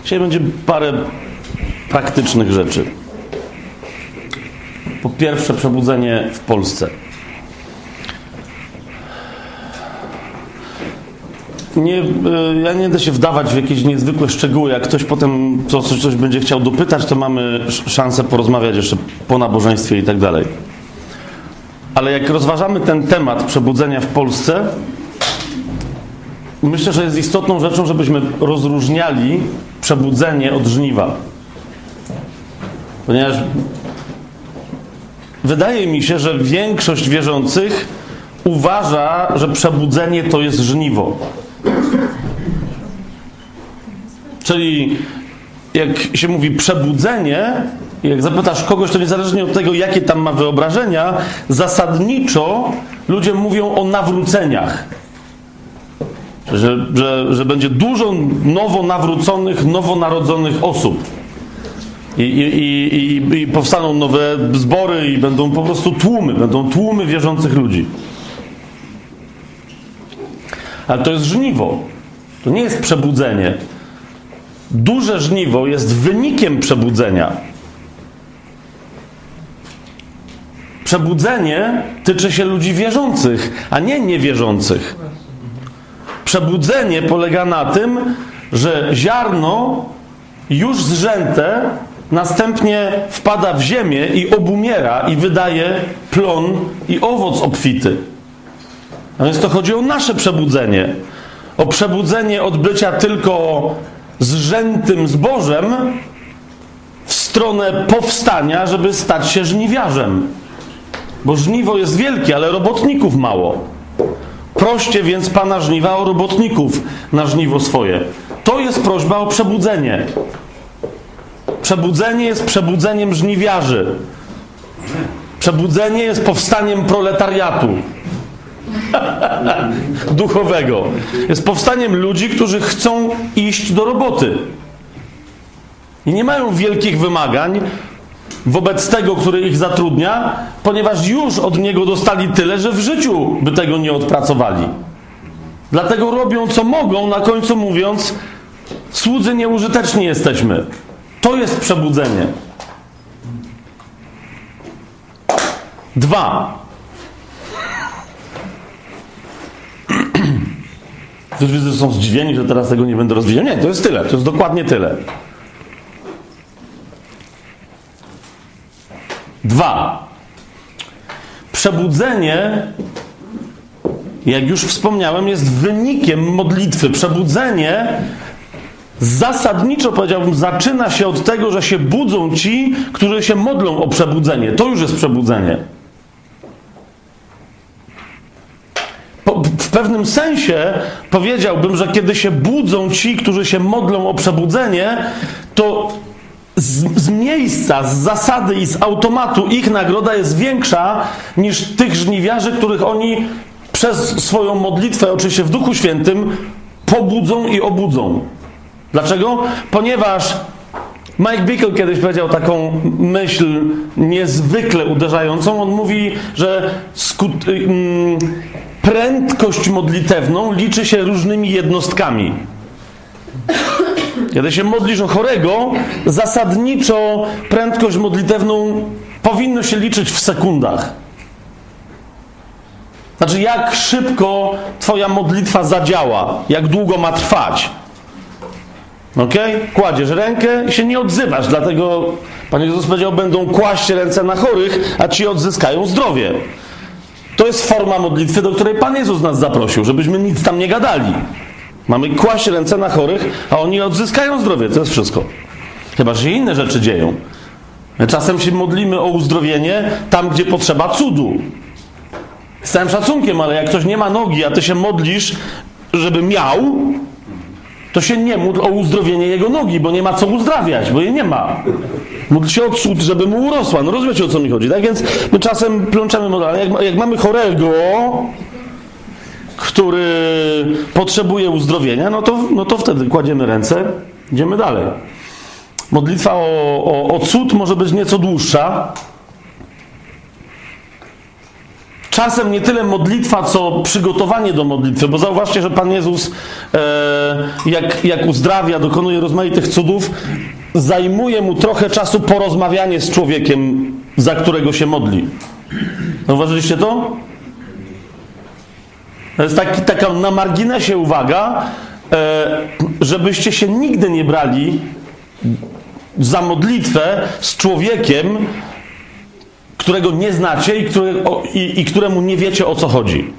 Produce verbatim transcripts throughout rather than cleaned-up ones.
Dzisiaj będzie parę praktycznych rzeczy. Po pierwsze, przebudzenie w Polsce. Nie, ja nie będę się wdawać w jakieś niezwykłe szczegóły. Jak ktoś potem coś, coś będzie chciał dopytać, to mamy szansę porozmawiać jeszcze po nabożeństwie i tak dalej. Ale jak rozważamy ten temat przebudzenia w Polsce, myślę, że jest istotną rzeczą, żebyśmy rozróżniali przebudzenie od żniwa. Ponieważ wydaje mi się, że większość wierzących uważa, że przebudzenie to jest żniwo. Czyli jak się mówi przebudzenie, jak zapytasz kogoś, to niezależnie od tego, jakie tam ma wyobrażenia, zasadniczo ludzie mówią o nawróceniach. Że, że, że będzie dużo nowo nawróconych, nowonarodzonych osób. I, i, i, I powstaną nowe zbory i będą po prostu tłumy, będą tłumy wierzących ludzi. Ale to jest żniwo. To nie jest przebudzenie. Duże żniwo jest wynikiem przebudzenia. Przebudzenie tyczy się ludzi wierzących, a nie niewierzących. Przebudzenie polega na tym, że ziarno już zrzęte następnie wpada w ziemię i obumiera i wydaje plon i owoc obfity. A więc to chodzi o nasze przebudzenie. O przebudzenie od bycia tylko zrzętym zbożem w stronę powstania, żeby stać się żniwiarzem. Bo żniwo jest wielkie, ale robotników mało. Proście więc Pana żniwa o robotników na żniwo swoje. To jest prośba o przebudzenie. Przebudzenie jest przebudzeniem żniwiarzy. Przebudzenie jest powstaniem proletariatu duchowego. Jest powstaniem ludzi, którzy chcą iść do roboty. I nie mają wielkich wymagań wobec tego, który ich zatrudnia, ponieważ już od niego dostali tyle, że w życiu by tego nie odpracowali. Dlatego robią, co mogą, na końcu mówiąc, słudzy nieużyteczni jesteśmy. To jest przebudzenie. Dwa. Ktoś widzę, że są zdziwieni, że teraz tego nie będę rozwijał. Nie, to jest tyle. To jest dokładnie tyle. Dwa. Przebudzenie, jak już wspomniałem, jest wynikiem modlitwy. Przebudzenie zasadniczo, powiedziałbym, zaczyna się od tego, że się budzą ci, którzy się modlą o przebudzenie. To już jest przebudzenie. Po, w pewnym sensie powiedziałbym, że kiedy się budzą ci, którzy się modlą o przebudzenie, to z, z miejsca, z zasady i z automatu ich nagroda jest większa niż tych żniwiarzy, których oni przez swoją modlitwę, oczywiście w Duchu Świętym, pobudzą i obudzą. Dlaczego? Ponieważ Mike Bickle kiedyś powiedział taką myśl niezwykle uderzającą. On mówi, że skut- ym, prędkość modlitewną liczy się różnymi jednostkami. Kiedy się modlisz o chorego, zasadniczo prędkość modlitewną powinno się liczyć w sekundach. Znaczy, jak szybko twoja modlitwa zadziała, jak długo ma trwać. Okej? Okay? Kładziesz rękę i się nie odzywasz, dlatego Pan Jezus powiedział, będą kłaść ręce na chorych, a ci odzyskają zdrowie. To jest forma modlitwy, do której Pan Jezus nas zaprosił, żebyśmy nic tam nie gadali. Mamy kłaść ręce na chorych, a oni odzyskają zdrowie. To jest wszystko. Chyba że się inne rzeczy dzieją. My czasem się modlimy o uzdrowienie tam, gdzie potrzeba cudu. Z całym szacunkiem, ale jak ktoś nie ma nogi, a ty się modlisz, żeby miał, to się nie módl o uzdrowienie jego nogi, bo nie ma co uzdrawiać, bo jej nie ma. Módl się o cud, żeby mu urosła. No rozumiecie, o co mi chodzi, tak? Więc my czasem plączemy modlę, ale jak, jak mamy chorego, który potrzebuje uzdrowienia, no to, no to wtedy kładziemy ręce, idziemy dalej. Modlitwa o, o, o cud może być nieco dłuższa. czasem nie tyle modlitwa, co przygotowanie do modlitwy, bo zauważcie, że Pan Jezus e, jak, jak uzdrawia, dokonuje rozmaitych cudów, zajmuje mu trochę czasu porozmawianie z człowiekiem, za którego się modli. Zauważyliście to? To jest taki, taka na marginesie uwaga, e, żebyście się nigdy nie brali za modlitwę z człowiekiem, którego nie znacie i, który, o, i, i któremu nie wiecie, o co chodzi.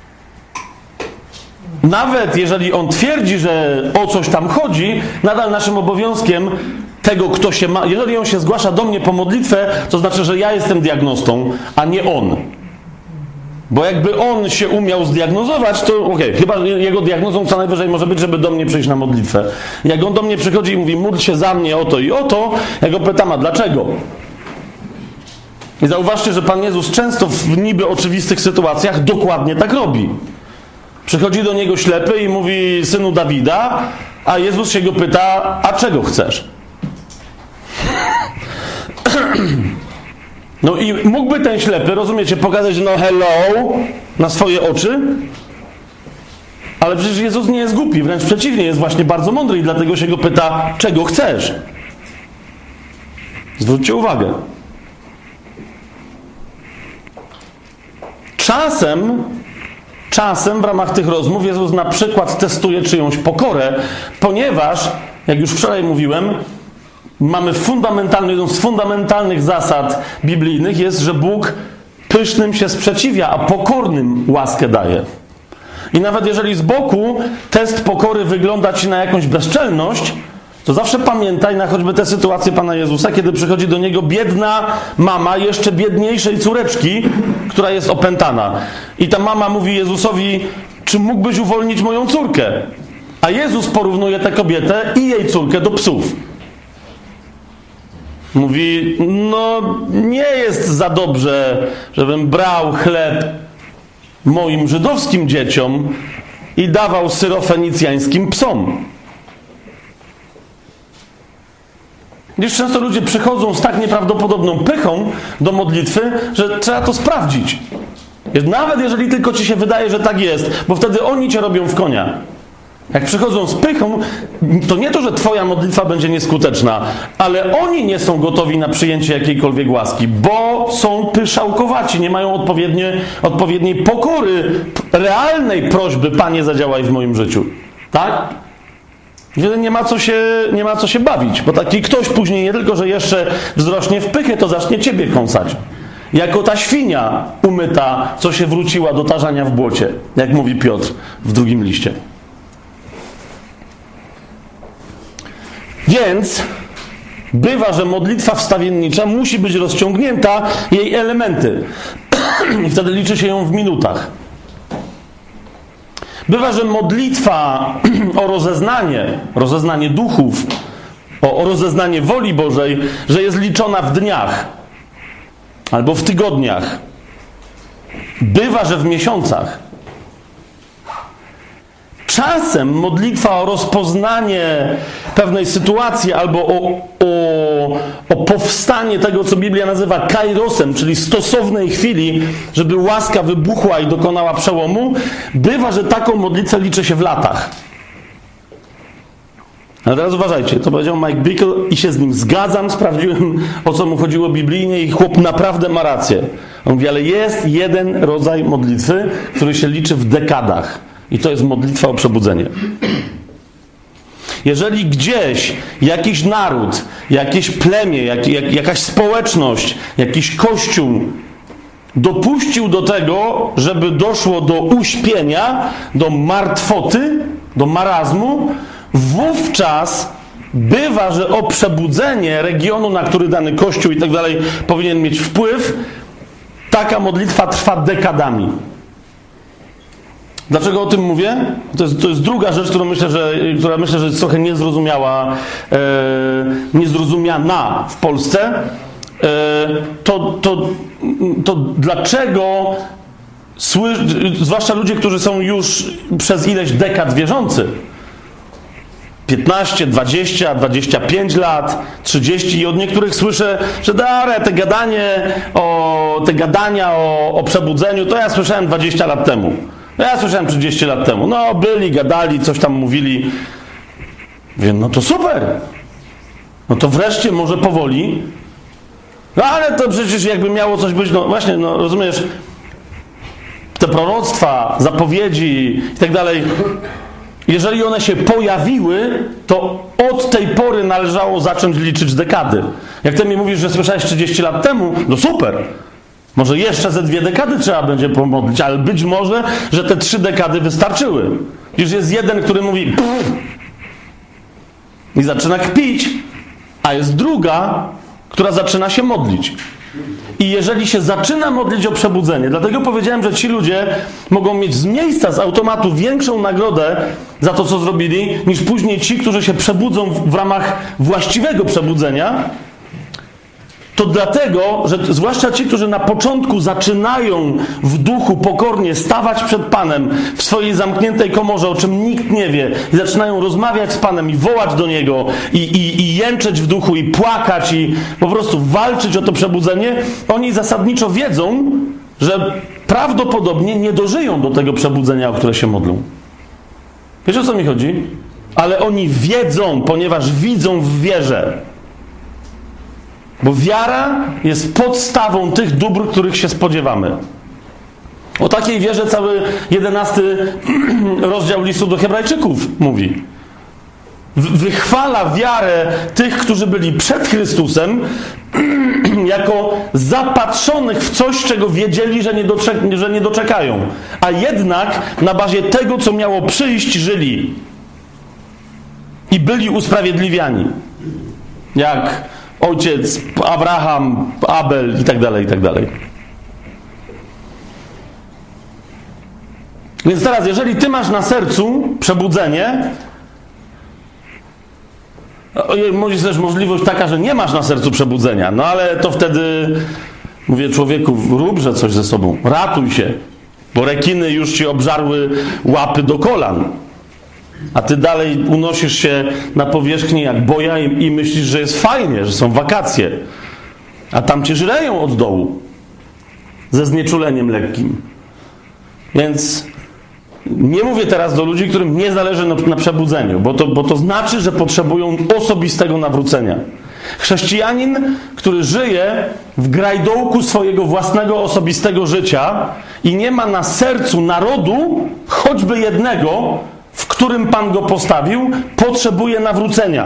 Nawet jeżeli on twierdzi, że o coś tam chodzi, nadal naszym obowiązkiem tego, kto się ma... Jeżeli on się zgłasza do mnie po modlitwę, to znaczy, że ja jestem diagnostą, a nie on. Bo jakby on się umiał zdiagnozować, to okej, okay, chyba jego diagnozą co najwyżej może być, żeby do mnie przyjść na modlitwę. Jak on do mnie przychodzi i mówi, módl się za mnie o to i o to, ja go pytam, a dlaczego? I zauważcie, że Pan Jezus często w niby oczywistych sytuacjach dokładnie tak robi. Przychodzi do niego ślepy i mówi, synu Dawida, a Jezus się go pyta, a czego chcesz? No i mógłby ten ślepy, rozumiecie, pokazać, no hello, na swoje oczy, ale przecież Jezus nie jest głupi, wręcz przeciwnie, jest właśnie bardzo mądry i dlatego się go pyta, czego chcesz? Zwróćcie uwagę. Czasem, czasem w ramach tych rozmów Jezus na przykład testuje czyjąś pokorę, ponieważ, jak już wczoraj mówiłem, mamy fundamentalny, jedną z fundamentalnych zasad biblijnych jest, że Bóg pysznym się sprzeciwia, a pokornym łaskę daje. I nawet jeżeli z boku test pokory wygląda ci na jakąś bezczelność, to zawsze pamiętaj na choćby tę sytuację Pana Jezusa, kiedy przychodzi do Niego biedna mama jeszcze biedniejszej córeczki, która jest opętana. I ta mama mówi Jezusowi, czy mógłbyś uwolnić moją córkę? A Jezus porównuje tę kobietę i jej córkę do psów. Mówi, no nie jest za dobrze, żebym brał chleb moim żydowskim dzieciom i dawał syrofenicjańskim psom. Gdyż często ludzie przychodzą z tak nieprawdopodobną pychą do modlitwy, że trzeba to sprawdzić. Nawet jeżeli tylko ci się wydaje, że tak jest, bo wtedy oni cię robią w konia. Jak przychodzą z pychą, to nie to, że twoja modlitwa będzie nieskuteczna, ale oni nie są gotowi na przyjęcie jakiejkolwiek łaski, bo są pyszałkowaci, nie mają odpowiednie, odpowiedniej pokory, realnej prośby, Panie, zadziałaj w moim życiu. Tak? Wtedy nie ma co się, nie ma co się bawić, bo taki ktoś później nie tylko, że jeszcze wzrośnie w pychę, to zacznie ciebie kąsać. Jako ta świnia umyta, co się wróciła do tarzania w błocie, jak mówi Piotr w drugim liście. Więc bywa, że modlitwa wstawiennicza musi być rozciągnięta, jej elementy. I wtedy liczy się ją w minutach. Bywa, że modlitwa o rozeznanie, rozeznanie duchów, o, o rozeznanie woli Bożej, że jest liczona w dniach albo w tygodniach. Bywa, że w miesiącach. Czasem modlitwa o rozpoznanie pewnej sytuacji albo o, o, o powstanie tego, co Biblia nazywa kairosem, czyli stosownej chwili, żeby łaska wybuchła i dokonała przełomu, bywa, że taką modlitwę liczy się w latach. Ale teraz uważajcie, to powiedział Mike Bickle i się z nim zgadzam, sprawdziłem, o co mu chodziło biblijnie i chłop naprawdę ma rację. On mówi, ale jest jeden rodzaj modlitwy, który się liczy w dekadach. I to jest modlitwa o przebudzenie. Jeżeli gdzieś jakiś naród, jakieś plemię, jak, jak, jakaś społeczność, jakiś kościół dopuścił do tego, żeby doszło do uśpienia, do martwoty, do marazmu, wówczas bywa, że o przebudzenie regionu, na który dany kościół i tak dalej powinien mieć wpływ, taka modlitwa trwa dekadami. Dlaczego o tym mówię? To jest, to jest druga rzecz, którą myślę, że, która myślę, że jest trochę niezrozumiała, e, niezrozumiana w Polsce. E, to, to, to dlaczego, sły, zwłaszcza ludzie, którzy są już przez ileś dekad wierzący, piętnaście, dwadzieścia, dwadzieścia pięć lat, trzydzieści i od niektórych słyszę, że dare, te gadanie o, te gadania o, o przebudzeniu, to ja słyszałem dwadzieścia lat temu. No ja słyszałem trzydzieści lat temu. No byli, gadali, coś tam mówili. Wiem, no to super. No to wreszcie może powoli. No ale to przecież jakby miało coś być, no właśnie, no rozumiesz, te proroctwa, zapowiedzi i tak dalej, jeżeli one się pojawiły, to od tej pory należało zacząć liczyć dekady. Jak ty mi mówisz, że słyszałeś trzydzieści lat temu, no super. Może jeszcze ze dwie dekady trzeba będzie pomodlić, ale być może, że te trzy dekady wystarczyły. Już jest jeden, który mówi pff, i zaczyna kpić, a jest druga, która zaczyna się modlić. I jeżeli się zaczyna modlić o przebudzenie, dlatego powiedziałem, że ci ludzie mogą mieć z miejsca, z automatu większą nagrodę za to, co zrobili, niż później ci, którzy się przebudzą w, w ramach właściwego przebudzenia. To dlatego, że zwłaszcza ci, którzy na początku zaczynają w duchu pokornie stawać przed Panem w swojej zamkniętej komorze, o czym nikt nie wie, i zaczynają rozmawiać z Panem i wołać do Niego i, i, i jęczeć w duchu i płakać i po prostu walczyć o to przebudzenie, oni zasadniczo wiedzą, że prawdopodobnie nie dożyją do tego przebudzenia, o które się modlą. Wiesz, o co mi chodzi? Ale oni wiedzą, ponieważ widzą w wierze. Bo wiara jest podstawą tych dóbr, których się spodziewamy. O takiej wierze cały jedenasty rozdział listu do Hebrajczyków mówi. Wychwala wiarę tych, którzy byli przed Chrystusem, jako zapatrzonych w coś, czego wiedzieli, że nie, doczek- że nie doczekają. A jednak na bazie tego, co miało przyjść, żyli. I byli usprawiedliwiani. Jak ojciec Abraham, Abel i tak dalej, i tak dalej. Więc teraz, jeżeli ty masz na sercu przebudzenie, jest też możliwość taka, że nie masz na sercu przebudzenia, no ale to wtedy, mówię człowieku, róbże coś ze sobą, ratuj się, bo rekiny już ci obżarły łapy do kolan. A ty dalej unosisz się na powierzchni jak boja i, i myślisz, że jest fajnie, że są wakacje. A tam cię żreją od dołu. Ze znieczuleniem lekkim. Więc nie mówię teraz do ludzi, którym nie zależy na, na przebudzeniu, bo to, bo to znaczy, że potrzebują osobistego nawrócenia. Chrześcijanin, który żyje w grajdołku swojego własnego osobistego życia i nie ma na sercu narodu, choćby jednego, w którym Pan go postawił, potrzebuje nawrócenia.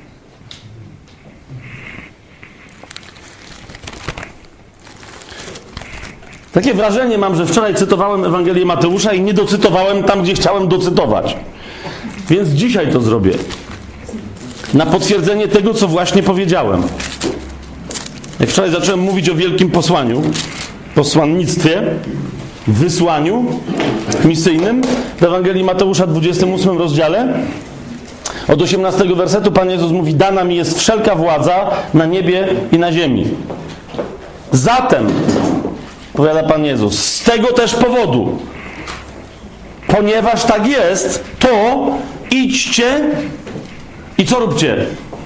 Takie wrażenie mam, że wczoraj cytowałem Ewangelię Mateusza i nie docytowałem tam, gdzie chciałem docytować. Więc dzisiaj to zrobię. Na potwierdzenie tego, co właśnie powiedziałem. Jak wczoraj zacząłem mówić o wielkim posłaniu, posłannictwie, wysłaniu misyjnym, w Ewangelii Mateusza dwudziestym ósmym rozdziale od osiemnastego wersetu Pan Jezus mówi: dana mi jest wszelka władza na niebie i na ziemi. Zatem, powiada Pan Jezus, z tego też powodu, ponieważ tak jest, to idźcie i co róbcie?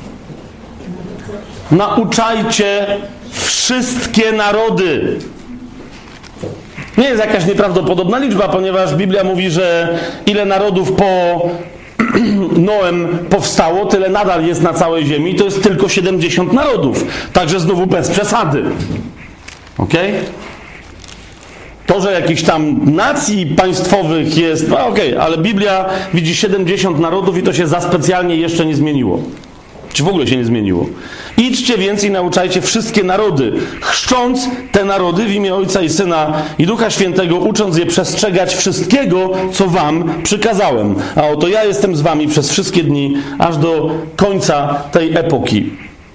Nauczajcie wszystkie narody. Nie jest jakaś nieprawdopodobna liczba, ponieważ Biblia mówi, że ile narodów po Noem powstało, tyle nadal jest na całej ziemi. To jest tylko siedemdziesiąt narodów. Także znowu bez przesady. Okej? Okay? To, że jakichś tam nacji państwowych jest, no okej, okay, ale Biblia widzi siedemdziesiąt narodów i to się za specjalnie jeszcze nie zmieniło. Czy w ogóle się nie zmieniło. Idźcie więc i nauczajcie wszystkie narody, chrzcząc te narody w imię Ojca i Syna i Ducha Świętego, ucząc je przestrzegać wszystkiego, co wam przykazałem. A oto ja jestem z wami przez wszystkie dni, aż do końca tej epoki.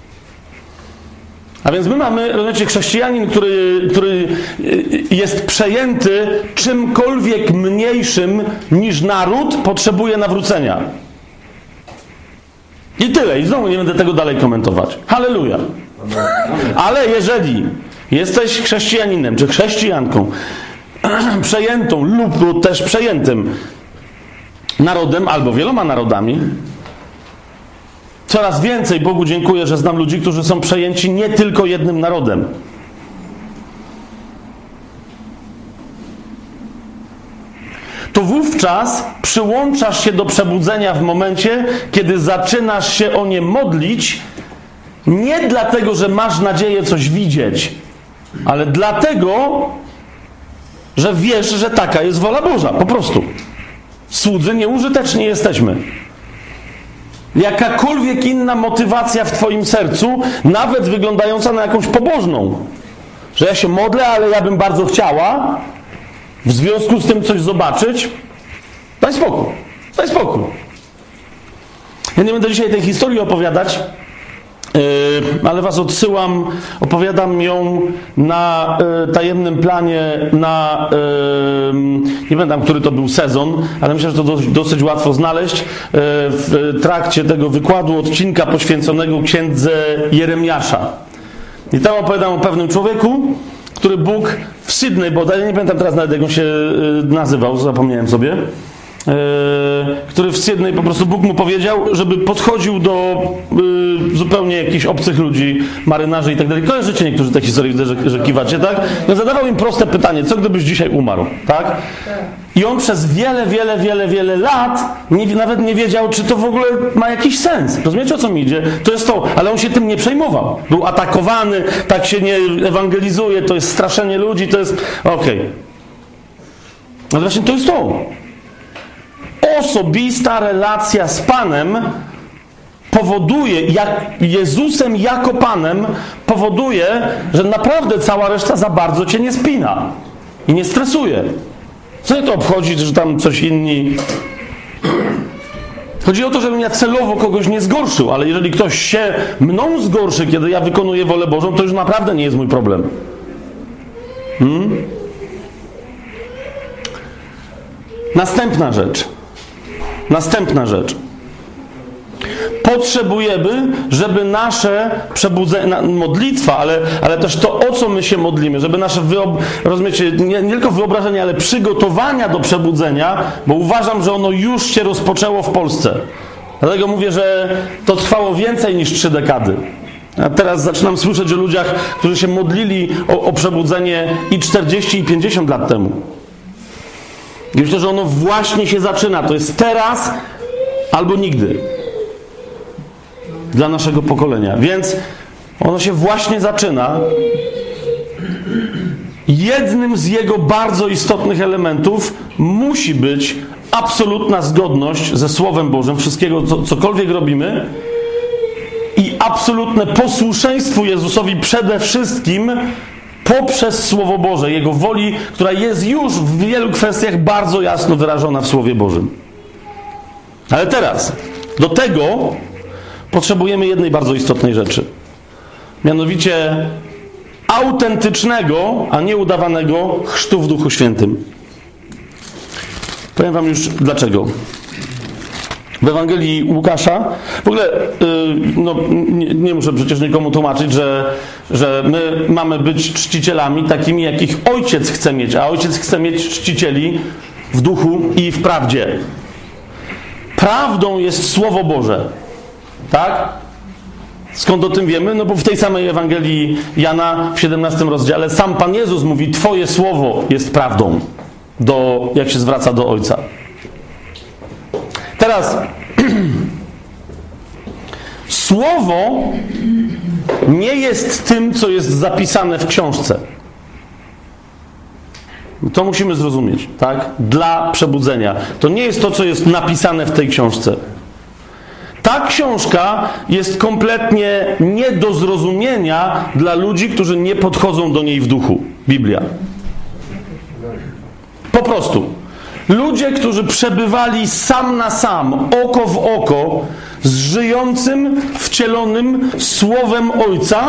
A więc my mamy, rozumiecie, chrześcijanin, który, który jest przejęty czymkolwiek mniejszym niż naród, potrzebuje nawrócenia. I tyle. I znowu nie będę tego dalej komentować. Halleluja. Ale jeżeli jesteś chrześcijaninem, czy chrześcijanką, przejętą lub też przejętym narodem, albo wieloma narodami, Coraz więcej Bogu dziękuję, że znam ludzi, którzy są przejęci nie tylko jednym narodem. To wówczas przyłączasz się do przebudzenia w momencie, kiedy zaczynasz się o nie modlić, nie dlatego, że masz nadzieję coś widzieć, ale dlatego, że wiesz, że taka jest wola Boża. Po prostu. Słudzy nieużyteczni jesteśmy. Jakakolwiek inna motywacja w twoim sercu, nawet wyglądająca na jakąś pobożną, że ja się modlę, ale ja bym bardzo chciała w związku z tym coś zobaczyć, daj spokój, daj spokój. Ja nie będę dzisiaj tej historii opowiadać, Yy, ale was odsyłam, opowiadam ją na yy, tajemnym planie, na, yy, nie pamiętam, który to był sezon, ale myślę, że to dosyć, dosyć łatwo znaleźć, yy, w trakcie tego wykładu odcinka poświęconego księdze Jeremiasza. I tam opowiadam o pewnym człowieku, który Bóg w Sydney, bo ja nie pamiętam teraz nawet, jak on się yy, nazywał, zapomniałem sobie, Yy, który w Sydney po prostu Bóg mu powiedział, żeby podchodził do yy, zupełnie jakichś obcych ludzi, marynarzy i tak dalej. Kojarzycie niektórzy te historie, widzę, że, że kiwacie, tak? No, zadawał im proste pytanie, co gdybyś dzisiaj umarł, tak? I on przez wiele, wiele, wiele, wiele lat nie, nawet nie wiedział, czy to w ogóle ma jakiś sens. Rozumiecie, o co mi idzie? To jest to, ale on się tym nie przejmował. Był atakowany, tak się nie ewangelizuje, to jest straszenie ludzi, to jest... Okej. Okay. No właśnie to jest to. Osobista relacja z Panem powoduje, jak Jezusem jako Panem powoduje, że naprawdę cała reszta za bardzo cię nie spina i nie stresuje. Co mnie to obchodzi, że tam coś inni... Chodzi o to, żebym ja celowo kogoś nie zgorszył, ale jeżeli ktoś się mną zgorszy, kiedy ja wykonuję wolę Bożą, to już naprawdę nie jest mój problem. Hmm? Następna rzecz. Następna rzecz. Potrzebujemy, żeby nasze przebudzenie, modlitwa, ale, ale też to, o co my się modlimy, żeby nasze, wyob, rozumiecie, nie, nie tylko wyobrażenia, ale przygotowania do przebudzenia, bo uważam, że ono już się rozpoczęło w Polsce. Dlatego mówię, że to trwało więcej niż trzy dekady. A teraz zaczynam słyszeć o ludziach, którzy się modlili o, o przebudzenie i czterdzieści, i pięćdziesiąt lat temu. I myślę, że ono właśnie się zaczyna. To jest teraz albo nigdy. Dla naszego pokolenia. Więc ono się właśnie zaczyna. Jednym z jego bardzo istotnych elementów musi być absolutna zgodność ze Słowem Bożym, wszystkiego, co, cokolwiek robimy, i absolutne posłuszeństwo Jezusowi przede wszystkim poprzez Słowo Boże, Jego woli, która jest już w wielu kwestiach bardzo jasno wyrażona w Słowie Bożym. Ale teraz, do tego potrzebujemy jednej bardzo istotnej rzeczy. Mianowicie autentycznego, a nie udawanego chrztu w Duchu Świętym. Powiem wam już dlaczego. W Ewangelii Łukasza, w ogóle yy, no, nie, nie muszę przecież nikomu tłumaczyć, że, że my mamy być czcicielami takimi, jakich Ojciec chce mieć, a Ojciec chce mieć czcicieli w duchu i w prawdzie. Prawdą jest Słowo Boże. Tak? Skąd o tym wiemy? No bo w tej samej Ewangelii Jana w siedemnastym rozdziale sam Pan Jezus mówi: Twoje Słowo jest prawdą, do, jak się zwraca do Ojca. Teraz Słowo nie jest tym, co jest zapisane w książce. To musimy zrozumieć, tak? Dla przebudzenia. To nie jest to, co jest napisane w tej książce. Ta książka jest kompletnie nie do zrozumienia dla ludzi, którzy nie podchodzą do niej w duchu. Biblia. Po prostu. Ludzie, którzy przebywali sam na sam, oko w oko, z żyjącym, wcielonym Słowem Ojca,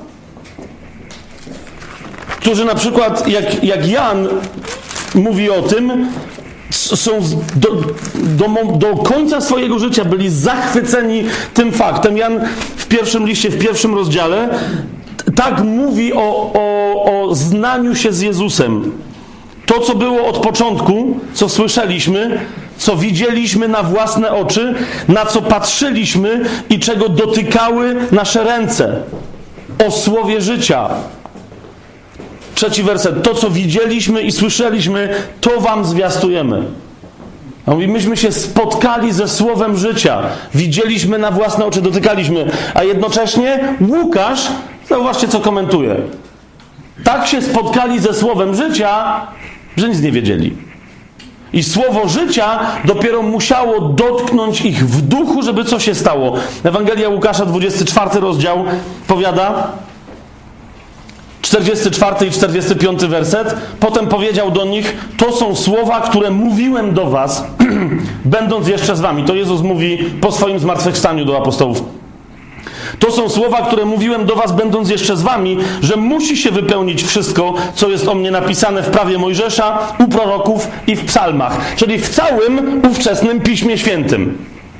którzy na przykład, jak, jak Jan mówi o tym, są do, do, do końca swojego życia byli zachwyceni tym faktem. Jan w pierwszym liście, w pierwszym rozdziale tak mówi o, o, o znaniu się z Jezusem. To, co było od początku, co słyszeliśmy, co widzieliśmy na własne oczy, na co patrzyliśmy i czego dotykały nasze ręce. O słowie życia. Trzeci werset. To, co widzieliśmy i słyszeliśmy, to wam zwiastujemy. A mówi, myśmy się spotkali ze słowem życia. Widzieliśmy na własne oczy, dotykaliśmy. A jednocześnie Łukasz, zauważcie, co komentuje. Tak się spotkali ze słowem życia, że nic nie wiedzieli. I słowo życia dopiero musiało dotknąć ich w duchu, żeby co się stało. Ewangelia Łukasza, dwudziesty czwarty rozdział, powiada, czterdziesty czwarty i czterdziesty piąty werset. Potem powiedział do nich, to są słowa, które mówiłem do was, będąc jeszcze z wami. To Jezus mówi po swoim zmartwychwstaniu do apostołów. To są słowa, które mówiłem do was, będąc jeszcze z wami, że musi się wypełnić wszystko, co jest o mnie napisane w prawie Mojżesza, u proroków i w psalmach. Czyli w całym ówczesnym Piśmie Świętym.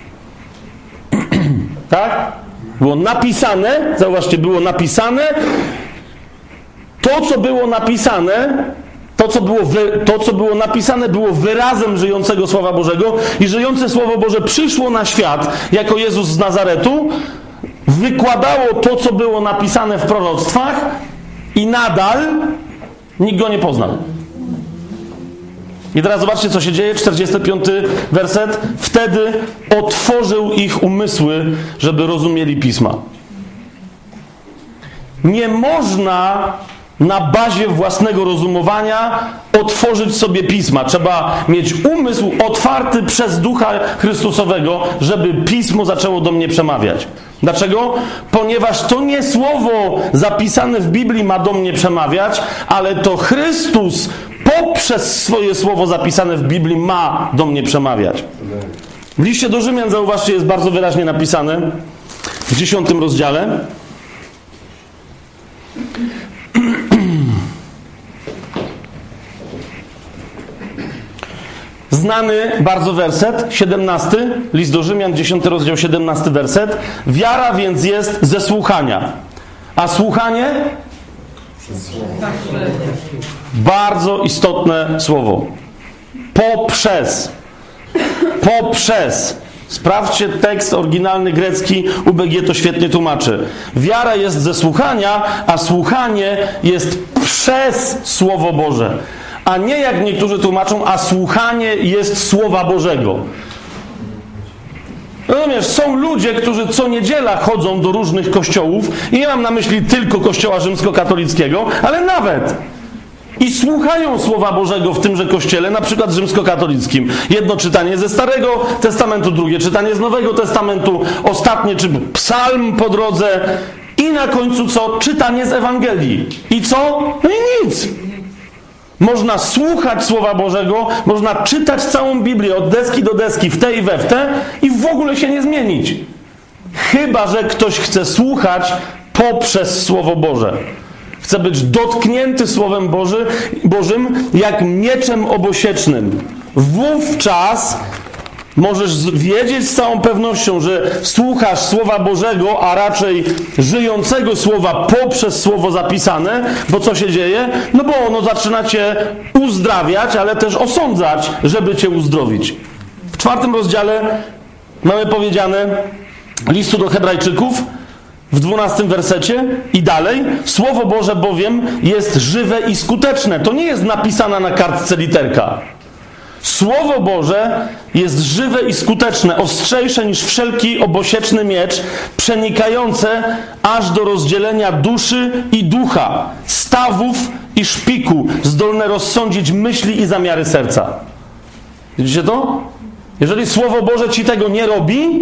Tak? Było napisane, zauważcie, było napisane. To, co było napisane, to co było, wy, to, co było napisane, było wyrazem żyjącego Słowa Bożego i żyjące Słowo Boże przyszło na świat jako Jezus z Nazaretu, wykładało to, co było napisane w proroctwach i nadal nikt go nie poznał. I teraz zobaczcie, co się dzieje. czterdziesty piąty werset. Wtedy otworzył ich umysły, żeby rozumieli Pisma. Nie można na bazie własnego rozumowania otworzyć sobie Pisma. Trzeba mieć umysł otwarty przez Ducha Chrystusowego, żeby Pismo zaczęło do mnie przemawiać. Dlaczego? Ponieważ to nie słowo zapisane w Biblii ma do mnie przemawiać, ale to Chrystus poprzez swoje słowo zapisane w Biblii ma do mnie przemawiać. W liście do Rzymian, zauważcie, jest bardzo wyraźnie napisane w dziesiątym rozdziale. Znany bardzo werset, siedemnasty, list do Rzymian, dziesiąty rozdział, siedemnasty werset. Wiara więc jest ze słuchania. A słuchanie? Bardzo istotne słowo. Poprzez. Poprzez. Sprawdźcie tekst oryginalny grecki, U B G to świetnie tłumaczy. Wiara jest ze słuchania, a słuchanie jest przez Słowo Boże. A nie jak niektórzy tłumaczą, a słuchanie jest Słowa Bożego. Rozumiesz, są ludzie, którzy co niedziela chodzą do różnych kościołów i nie mam na myśli tylko kościoła rzymskokatolickiego, ale nawet i słuchają Słowa Bożego w tymże kościele, na przykład rzymskokatolickim. Jedno czytanie ze Starego Testamentu, drugie czytanie z Nowego Testamentu, ostatnie czy psalm po drodze i na końcu co? Czytanie z Ewangelii. I co? No i nic. Można słuchać Słowa Bożego, można czytać całą Biblię od deski do deski, w te i we w te i w ogóle się nie zmienić. Chyba że ktoś chce słuchać poprzez Słowo Boże. Chce być dotknięty Słowem Boży, Bożym jak mieczem obosiecznym. Wówczas możesz wiedzieć z całą pewnością, że słuchasz Słowa Bożego, a raczej żyjącego Słowa poprzez Słowo zapisane, bo co się dzieje? No bo ono zaczyna cię uzdrawiać, ale też osądzać, żeby cię uzdrowić. W czwartym rozdziale mamy powiedziane listu do Hebrajczyków, w dwunastym wersecie i dalej. Słowo Boże bowiem jest żywe i skuteczne. To nie jest napisana na kartce literka. Słowo Boże jest żywe i skuteczne, ostrzejsze niż wszelki obosieczny miecz, przenikające aż do rozdzielenia duszy i ducha, stawów i szpiku, zdolne rozsądzić myśli i zamiary serca. Widzicie to? Jeżeli Słowo Boże ci tego nie robi,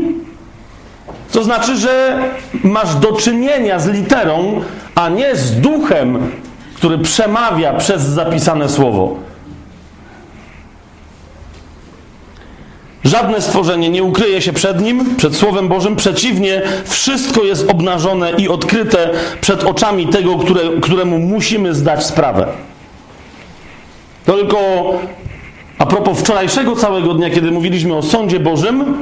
to znaczy, że masz do czynienia z literą, a nie z duchem, który przemawia przez zapisane słowo. Żadne stworzenie nie ukryje się przed Nim, przed Słowem Bożym. Przeciwnie, wszystko jest obnażone i odkryte przed oczami tego, które, któremu musimy zdać sprawę. To tylko a propos wczorajszego całego dnia, kiedy mówiliśmy o sądzie Bożym.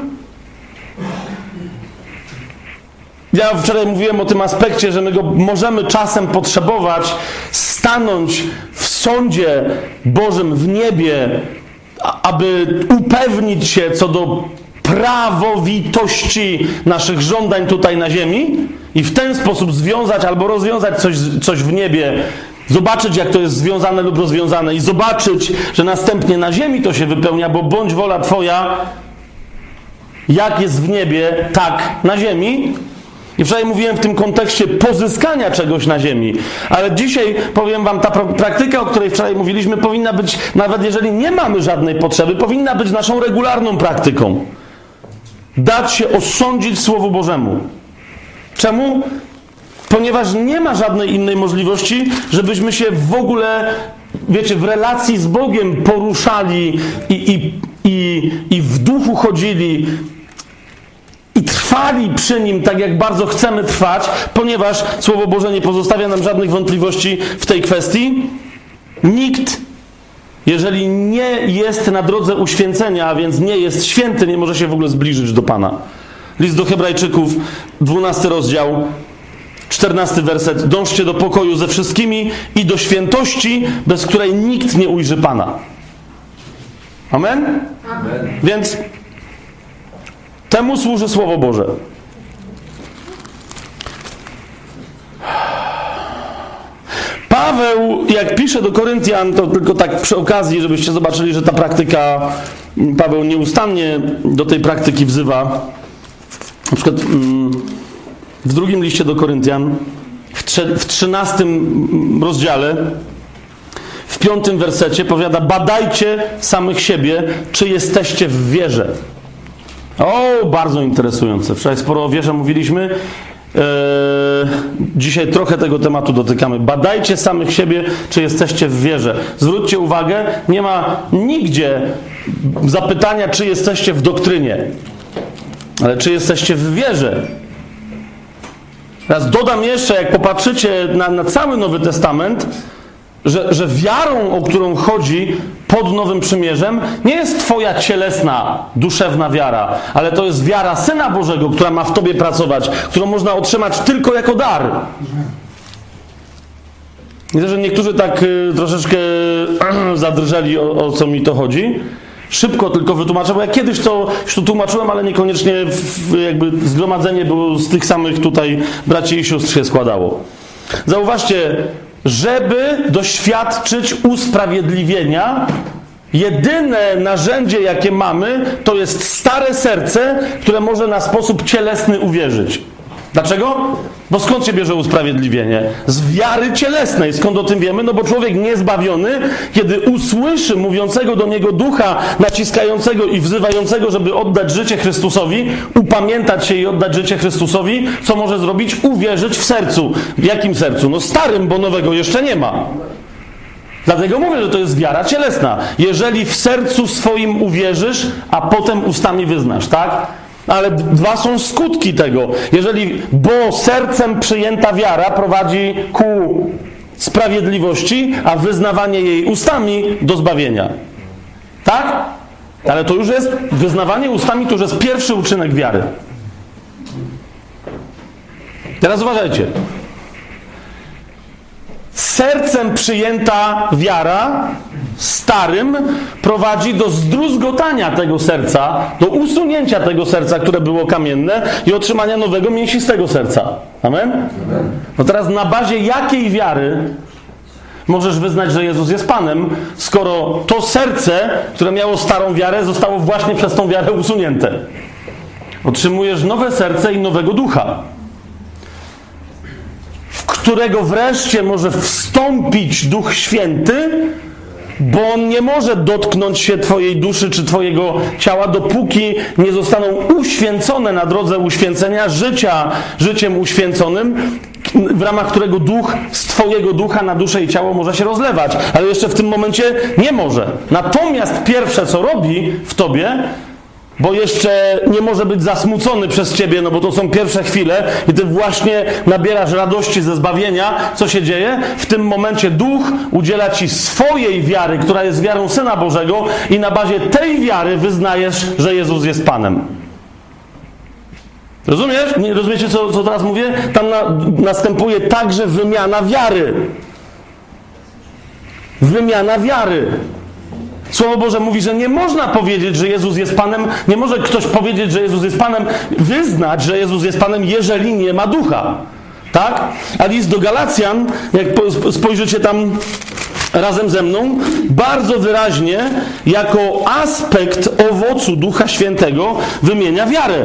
Ja wczoraj mówiłem o tym aspekcie, że my go możemy czasem potrzebować, stanąć w sądzie Bożym w niebie, a, aby upewnić się co do prawowitości naszych żądań tutaj na ziemi i w ten sposób związać albo rozwiązać coś, coś w niebie, zobaczyć, jak to jest związane lub rozwiązane i zobaczyć, że następnie na ziemi to się wypełnia, bo bądź wola Twoja, jak jest w niebie, tak na ziemi. I wczoraj mówiłem w tym kontekście pozyskania czegoś na ziemi. Ale dzisiaj, powiem wam, ta praktyka, o której wczoraj mówiliśmy, powinna być, nawet jeżeli nie mamy żadnej potrzeby, powinna być naszą regularną praktyką. Dać się osądzić Słowu Bożemu. Czemu? Ponieważ nie ma żadnej innej możliwości, żebyśmy się w ogóle, wiecie, w relacji z Bogiem poruszali i, i, i, i w duchu chodzili i trwali przy Nim tak, jak bardzo chcemy trwać, ponieważ Słowo Boże nie pozostawia nam żadnych wątpliwości w tej kwestii. Nikt, jeżeli nie jest na drodze uświęcenia, a więc nie jest święty, nie może się w ogóle zbliżyć do Pana. List do Hebrajczyków, dwunasty rozdział, czternasty werset. Dążcie do pokoju ze wszystkimi i do świętości, bez której nikt nie ujrzy Pana. Amen? Amen. Więc temu służy Słowo Boże. Paweł, jak pisze do Koryntian, to tylko tak przy okazji, żebyście zobaczyli, że ta praktyka, Paweł nieustannie do tej praktyki wzywa. Na przykład w drugim liście do Koryntian, w trzynastym rozdziale, w piątym wersecie powiada: badajcie samych siebie, czy jesteście w wierze. O, bardzo interesujące. Wczoraj sporo o wierze mówiliśmy. Eee, dzisiaj trochę tego tematu dotykamy. Badajcie samych siebie, czy jesteście w wierze. Zwróćcie uwagę, nie ma nigdzie zapytania, czy jesteście w doktrynie, ale czy jesteście w wierze. Teraz dodam jeszcze, jak popatrzycie na, na cały Nowy Testament, że, że wiarą, o którą chodzi pod Nowym Przymierzem, nie jest twoja cielesna, duszewna wiara, ale to jest wiara Syna Bożego, która ma w tobie pracować, którą można otrzymać tylko jako dar. Widzę, że niektórzy tak y, troszeczkę y, zadrżeli, o, o co mi to chodzi. Szybko tylko wytłumaczę, bo ja kiedyś to już to tłumaczyłem, ale niekoniecznie w, jakby zgromadzenie było z tych samych tutaj braci i sióstr się składało. Zauważcie, żeby doświadczyć usprawiedliwienia, jedyne narzędzie, jakie mamy, to jest stare serce, które może na sposób cielesny uwierzyć. Dlaczego? Bo skąd się bierze usprawiedliwienie? Z wiary cielesnej. Skąd o tym wiemy? No bo człowiek niezbawiony, kiedy usłyszy mówiącego do niego ducha, naciskającego i wzywającego, żeby oddać życie Chrystusowi, upamiętać się i oddać życie Chrystusowi, co może zrobić? Uwierzyć w sercu. W jakim sercu? No starym, bo nowego jeszcze nie ma. Dlatego mówię, że to jest wiara cielesna. Jeżeli w sercu swoim uwierzysz, a potem ustami wyznasz, tak? Ale dwa są skutki tego. Jeżeli, bo sercem przyjęta wiara prowadzi ku sprawiedliwości, a wyznawanie jej ustami do zbawienia. Tak? Ale to już jest, wyznawanie ustami to już jest pierwszy uczynek wiary. Teraz uważajcie. Sercem przyjęta wiara starym prowadzi do zdruzgotania tego serca, do usunięcia tego serca, które było kamienne i otrzymania nowego, mięsistego serca. Amen? No teraz na bazie jakiej wiary możesz wyznać, że Jezus jest Panem, skoro to serce, które miało starą wiarę, zostało właśnie przez tą wiarę usunięte? Otrzymujesz nowe serce i nowego ducha, w którego wreszcie może wstąpić Duch Święty, bo on nie może dotknąć się twojej duszy czy twojego ciała, dopóki nie zostaną uświęcone na drodze uświęcenia życia, życiem uświęconym, w ramach którego duch z twojego ducha na duszę i ciało może się rozlewać. Ale jeszcze w tym momencie nie może. Natomiast pierwsze, co robi w tobie, bo jeszcze nie może być zasmucony przez ciebie, no bo to są pierwsze chwile i ty właśnie nabierasz radości ze zbawienia. Co się dzieje? W tym momencie Duch udziela ci swojej wiary, która jest wiarą Syna Bożego i na bazie tej wiary wyznajesz, że Jezus jest Panem. Rozumiesz? Nie rozumiecie, co, co teraz mówię? Tam na, następuje także wymiana wiary. Wymiana wiary. Słowo Boże mówi, że nie można powiedzieć, że Jezus jest Panem, nie może ktoś powiedzieć, że Jezus jest Panem, wyznać, że Jezus jest Panem, jeżeli nie ma ducha. Tak? A list do Galacjan, jak spojrzycie tam razem ze mną, bardzo wyraźnie jako aspekt owocu Ducha Świętego wymienia wiarę.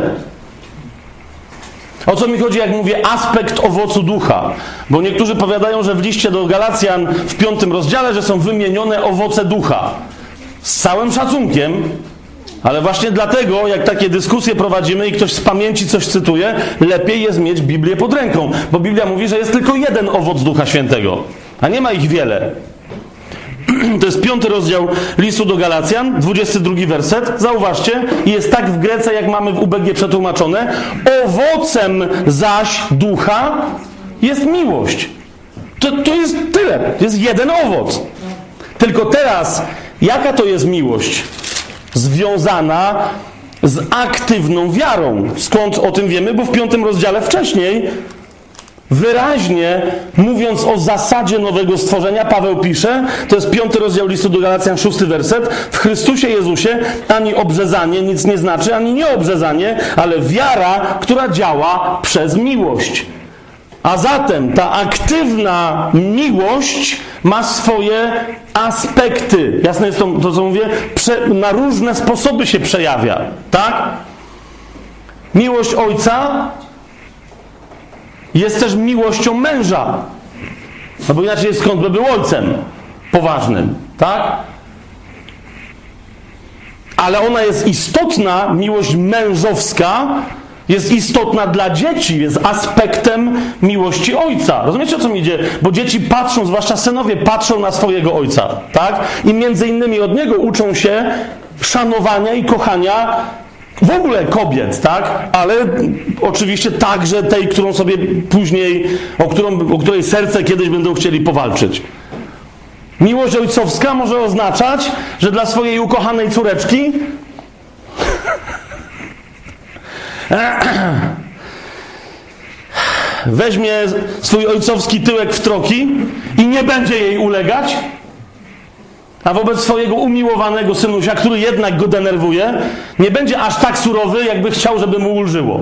O co mi chodzi, jak mówię aspekt owocu ducha? Bo niektórzy powiadają, że w liście do Galacjan w piątym rozdziale, że są wymienione owoce ducha. Z całym szacunkiem, ale właśnie dlatego, jak takie dyskusje prowadzimy i ktoś z pamięci coś cytuje, lepiej jest mieć Biblię pod ręką, bo Biblia mówi, że jest tylko jeden owoc Ducha Świętego, a nie ma ich wiele. To jest piąty rozdział listu do Galacjan, dwudziesty drugi werset. Zauważcie, jest tak w Grece, jak mamy w U B G przetłumaczone. Owocem zaś ducha jest miłość. To, to jest tyle. To jest jeden owoc. Tylko teraz, jaka to jest miłość? Związana z aktywną wiarą. Skąd o tym wiemy? Bo w piątym rozdziale wcześniej, wyraźnie mówiąc o zasadzie nowego stworzenia, Paweł pisze, to jest piąty rozdział listu do Galacjan, szósty werset, w Chrystusie Jezusie ani obrzezanie nic nie znaczy, ani nieobrzezanie, ale wiara, która działa przez miłość. A zatem ta aktywna miłość ma swoje aspekty. Jasne jest to, to co mówię? Prze, na różne sposoby się przejawia. Tak? Miłość ojca jest też miłością męża. No bo inaczej skąd by był ojcem poważnym, tak? Ale ona jest istotna, miłość mężowska jest istotna dla dzieci, jest aspektem miłości ojca. Rozumiecie, o co mi idzie? Bo dzieci patrzą, zwłaszcza synowie, patrzą na swojego ojca, tak? I między innymi od niego uczą się szanowania i kochania w ogóle kobiet, tak? Ale oczywiście także tej, którą sobie później, o, którą, o której serce kiedyś będą chcieli powalczyć. Miłość ojcowska może oznaczać, że dla swojej ukochanej córeczki weźmie swój ojcowski tyłek w troki i nie będzie jej ulegać, a wobec swojego umiłowanego synusia, który jednak go denerwuje, nie będzie aż tak surowy, jakby chciał, żeby mu ulżyło.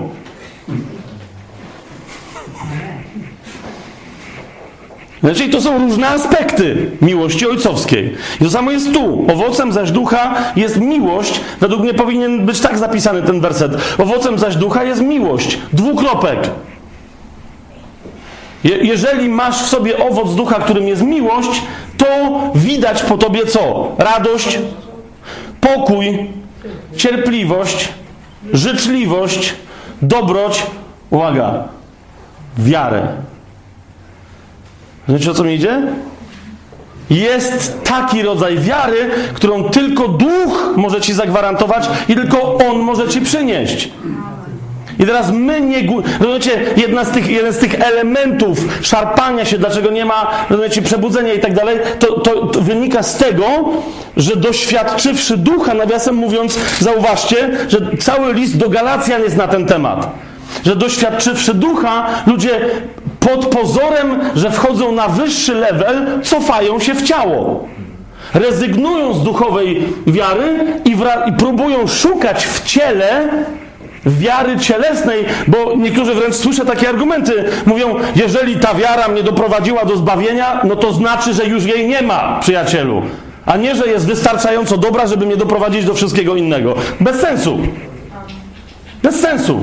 Znaczy, to są różne aspekty miłości ojcowskiej. I to samo jest tu. Owocem zaś ducha jest miłość. Według mnie powinien być tak zapisany ten werset. Owocem zaś ducha jest miłość. Dwukropek. Je- jeżeli masz w sobie owoc ducha, którym jest miłość, to widać po tobie co? Radość, pokój, cierpliwość, życzliwość, dobroć, uwaga, wiarę. Wiecie, o co mi idzie? Jest taki rodzaj wiary, którą tylko Duch może ci zagwarantować i tylko On może ci przynieść. I teraz my nie... Rozumiecie, jedna z tych, jeden z tych elementów szarpania się, dlaczego nie ma, rozumiecie, przebudzenia i tak dalej, to, to, to wynika z tego, że doświadczywszy Ducha, nawiasem mówiąc, zauważcie, że cały list do Galacjan jest na ten temat. Że doświadczywszy Ducha, ludzie pod pozorem, że wchodzą na wyższy level, cofają się w ciało. Rezygnują z duchowej wiary i, wra- i próbują szukać w ciele wiary cielesnej, bo niektórzy wręcz słyszę takie argumenty, mówią, jeżeli ta wiara mnie doprowadziła do zbawienia, no to znaczy, że już jej nie ma, przyjacielu. A nie, że jest wystarczająco dobra, żeby mnie doprowadzić do wszystkiego innego. Bez sensu. Bez sensu.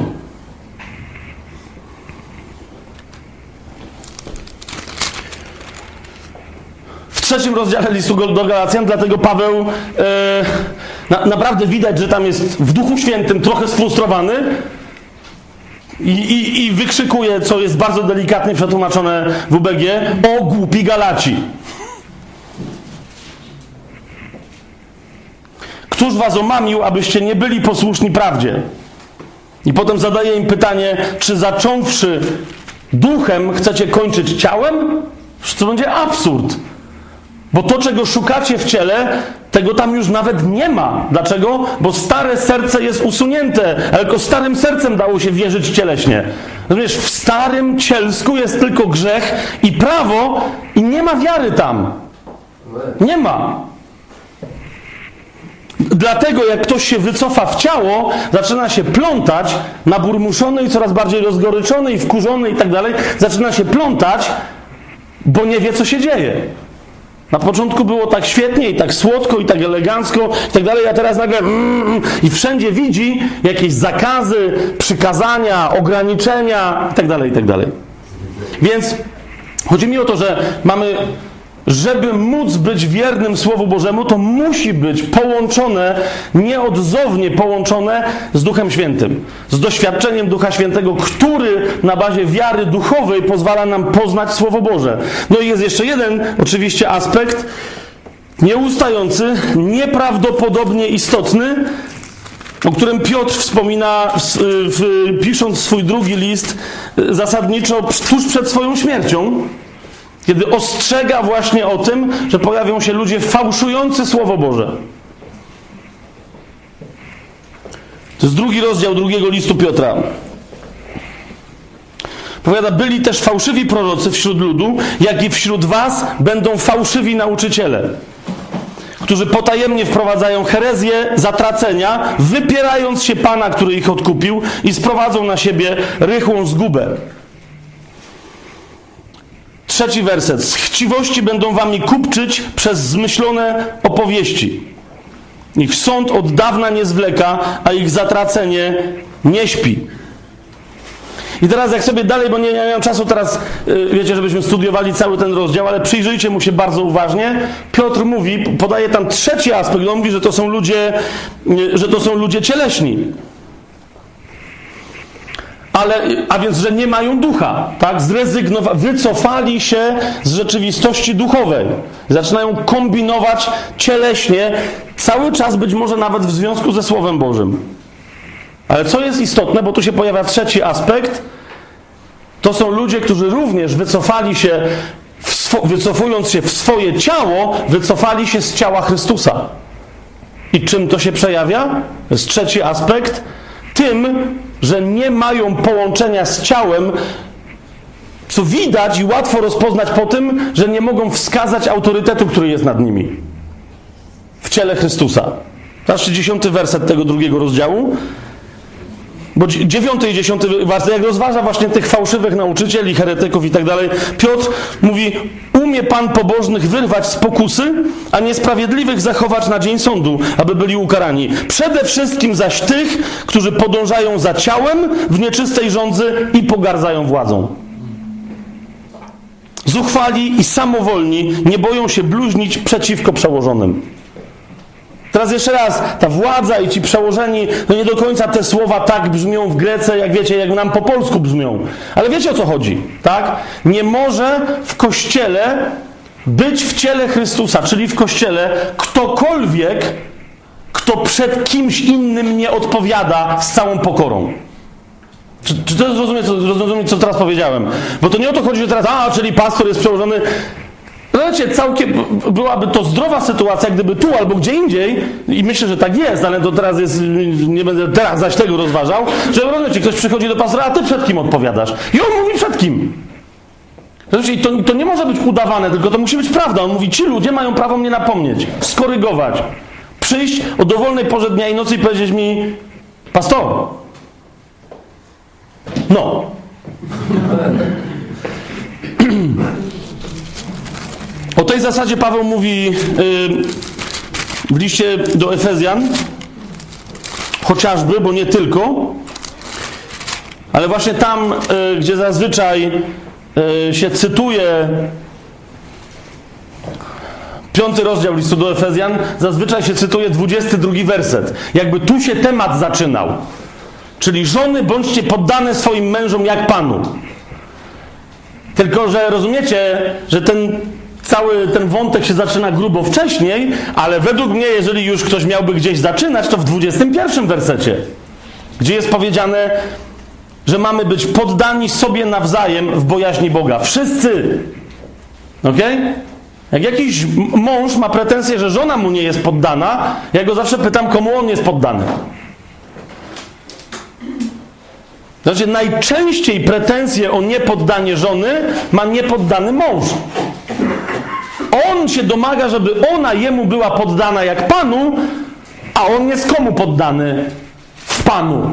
W trzecim rozdziale listu do Galacjan, dlatego Paweł e, na, naprawdę widać, że tam jest w Duchu Świętym trochę sfrustrowany i, i, i wykrzykuje, co jest bardzo delikatnie przetłumaczone w U B G, o głupi Galaci. Któż was omamił, abyście nie byli posłuszni prawdzie? I potem zadaje im pytanie, czy zacząwszy duchem chcecie kończyć ciałem? To będzie absurd. Bo to, czego szukacie w ciele, tego tam już nawet nie ma. Dlaczego? Bo stare serce jest usunięte, ale tylko starym sercem dało się wierzyć cieleśnie. Rozumiesz, w starym cielsku jest tylko grzech i prawo i nie ma wiary tam. Nie ma. Dlatego jak ktoś się wycofa w ciało, zaczyna się plątać, naburmuszony i coraz bardziej rozgoryczony i wkurzony i tak dalej, zaczyna się plątać, bo nie wie, co się dzieje. Na początku było tak świetnie i tak słodko i tak elegancko i tak dalej, a teraz nagle mm, i wszędzie widzi jakieś zakazy, przykazania, ograniczenia i tak dalej, i tak dalej. Więc chodzi mi o to, że mamy, żeby móc być wiernym Słowu Bożemu, to musi być połączone, nieodzownie połączone z Duchem Świętym, z doświadczeniem Ducha Świętego, który na bazie wiary duchowej pozwala nam poznać Słowo Boże. No i jest jeszcze jeden oczywiście aspekt nieustający, nieprawdopodobnie istotny, o którym Piotr wspomina, w, w, pisząc swój drugi list, zasadniczo tuż przed swoją śmiercią, kiedy ostrzega właśnie o tym, że pojawią się ludzie fałszujący Słowo Boże. To jest drugi rozdział drugiego listu Piotra. Powiada, byli też fałszywi prorocy wśród ludu, jak i wśród was będą fałszywi nauczyciele, którzy potajemnie wprowadzają herezję zatracenia, wypierając się Pana, który ich odkupił, i sprowadzą na siebie rychłą zgubę. Trzeci werset. Z chciwości będą wami kupczyć przez zmyślone opowieści. Ich sąd od dawna nie zwleka, a ich zatracenie nie śpi. I teraz jak sobie dalej, bo nie, nie mam czasu teraz, wiecie, żebyśmy studiowali cały ten rozdział, ale przyjrzyjcie mu się bardzo uważnie. Piotr mówi, podaje tam trzeci aspekt, on mówi, że to są ludzie, że to są ludzie cieleśni. Ale, a więc, że nie mają ducha, tak? Zrezygnowali, wycofali się z rzeczywistości duchowej. Zaczynają kombinować cieleśnie, cały czas być może nawet w związku ze Słowem Bożym. Ale co jest istotne, bo tu się pojawia trzeci aspekt, to są ludzie, którzy również wycofali się, w swo- wycofując się w swoje ciało, wycofali się z ciała Chrystusa. I czym to się przejawia? To jest trzeci aspekt. Tym, że nie mają połączenia z ciałem, co widać i łatwo rozpoznać po tym, że nie mogą wskazać autorytetu, który jest nad nimi. W ciele Chrystusa. Zobaczcie dziesiąty werset tego drugiego rozdziału. Bo dziewiąty i dziesiąty werset, jak rozważa właśnie tych fałszywych nauczycieli, heretyków i tak dalej, Piotr mówi, umie Pan pobożnych wyrwać z pokusy, a niesprawiedliwych zachować na dzień sądu, aby byli ukarani. Przede wszystkim zaś tych, którzy podążają za ciałem w nieczystej żądzy i pogardzają władzą. Zuchwali i samowolni nie boją się bluźnić przeciwko przełożonym. Teraz jeszcze raz, ta władza i ci przełożeni, no nie do końca te słowa tak brzmią w Grece, jak wiecie, jak nam po polsku brzmią. Ale wiecie, o co chodzi, tak? Nie może w Kościele być w ciele Chrystusa, czyli w Kościele, ktokolwiek, kto przed kimś innym nie odpowiada z całą pokorą. Czy, czy to zrozumieć, co, zrozumieć, co teraz powiedziałem? Bo to nie o to chodzi, że teraz, a, czyli pastor jest przełożony. Wiecie, całkiem byłaby to zdrowa sytuacja, gdyby tu albo gdzie indziej, i myślę, że tak jest, ale to teraz jest, nie będę teraz zaś tego rozważał, że rozumiecie, ktoś przychodzi do pastora, a ty przed kim odpowiadasz? I on mówi przed kim? Znaczy, to, to nie może być udawane, tylko to musi być prawda. On mówi, ci ludzie mają prawo mnie napomnieć, skorygować, przyjść o dowolnej porze dnia i nocy i powiedzieć mi, pastor, no. O tej zasadzie Paweł mówi yy, w liście do Efezjan, chociażby, bo nie tylko, ale właśnie tam, yy, gdzie zazwyczaj yy, się cytuje piąty rozdział listu do Efezjan, zazwyczaj się cytuje dwudziesty drugi werset. Jakby tu się temat zaczynał. Czyli żony, bądźcie poddane swoim mężom jak Panu. Tylko, że rozumiecie, że ten cały ten wątek się zaczyna grubo wcześniej, ale według mnie, jeżeli już ktoś miałby gdzieś zaczynać, to w dwudziestym pierwszym wersecie, gdzie jest powiedziane, że mamy być poddani sobie nawzajem w bojaźni Boga. Wszyscy. Okej? Okay? Jak jakiś mąż ma pretensję, że żona mu nie jest poddana, ja go zawsze pytam, komu on jest poddany. Znaczy, najczęściej pretensje o niepoddanie żony ma niepoddany mąż. On się domaga, żeby ona jemu była poddana jak Panu, A on jest komu poddany? W Panu.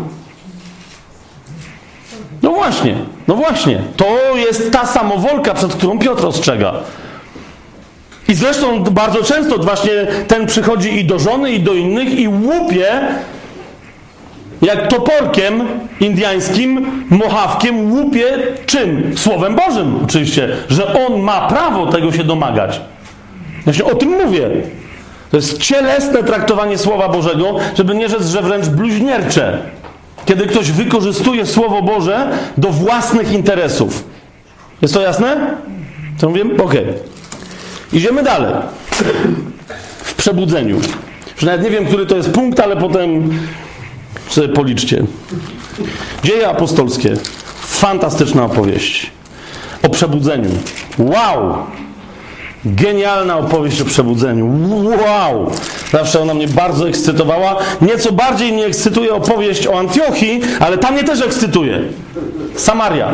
No właśnie, no właśnie. To jest ta samowolka, przed którą Piotr ostrzega. I zresztą bardzo często właśnie ten przychodzi i do żony, i do innych i łupie jak toporkiem indiańskim, mochawkiem, łupie czym? Słowem Bożym oczywiście, że on ma prawo tego się domagać. Właśnie o tym mówię. To jest cielesne traktowanie Słowa Bożego, żeby nie rzec, że wręcz bluźniercze. Kiedy ktoś wykorzystuje Słowo Boże do własnych interesów. Jest to jasne? Co mówię? Okej. Okay. Idziemy dalej. W przebudzeniu. Już nawet nie wiem, który to jest punkt, ale potem sobie policzcie. Dzieje apostolskie. Fantastyczna opowieść. O przebudzeniu. Wow! Genialna opowieść o przebudzeniu. Wow! Zawsze ona mnie bardzo ekscytowała. Nieco bardziej mnie ekscytuje opowieść o Antiochii, ale tam mnie też ekscytuje. Samaria.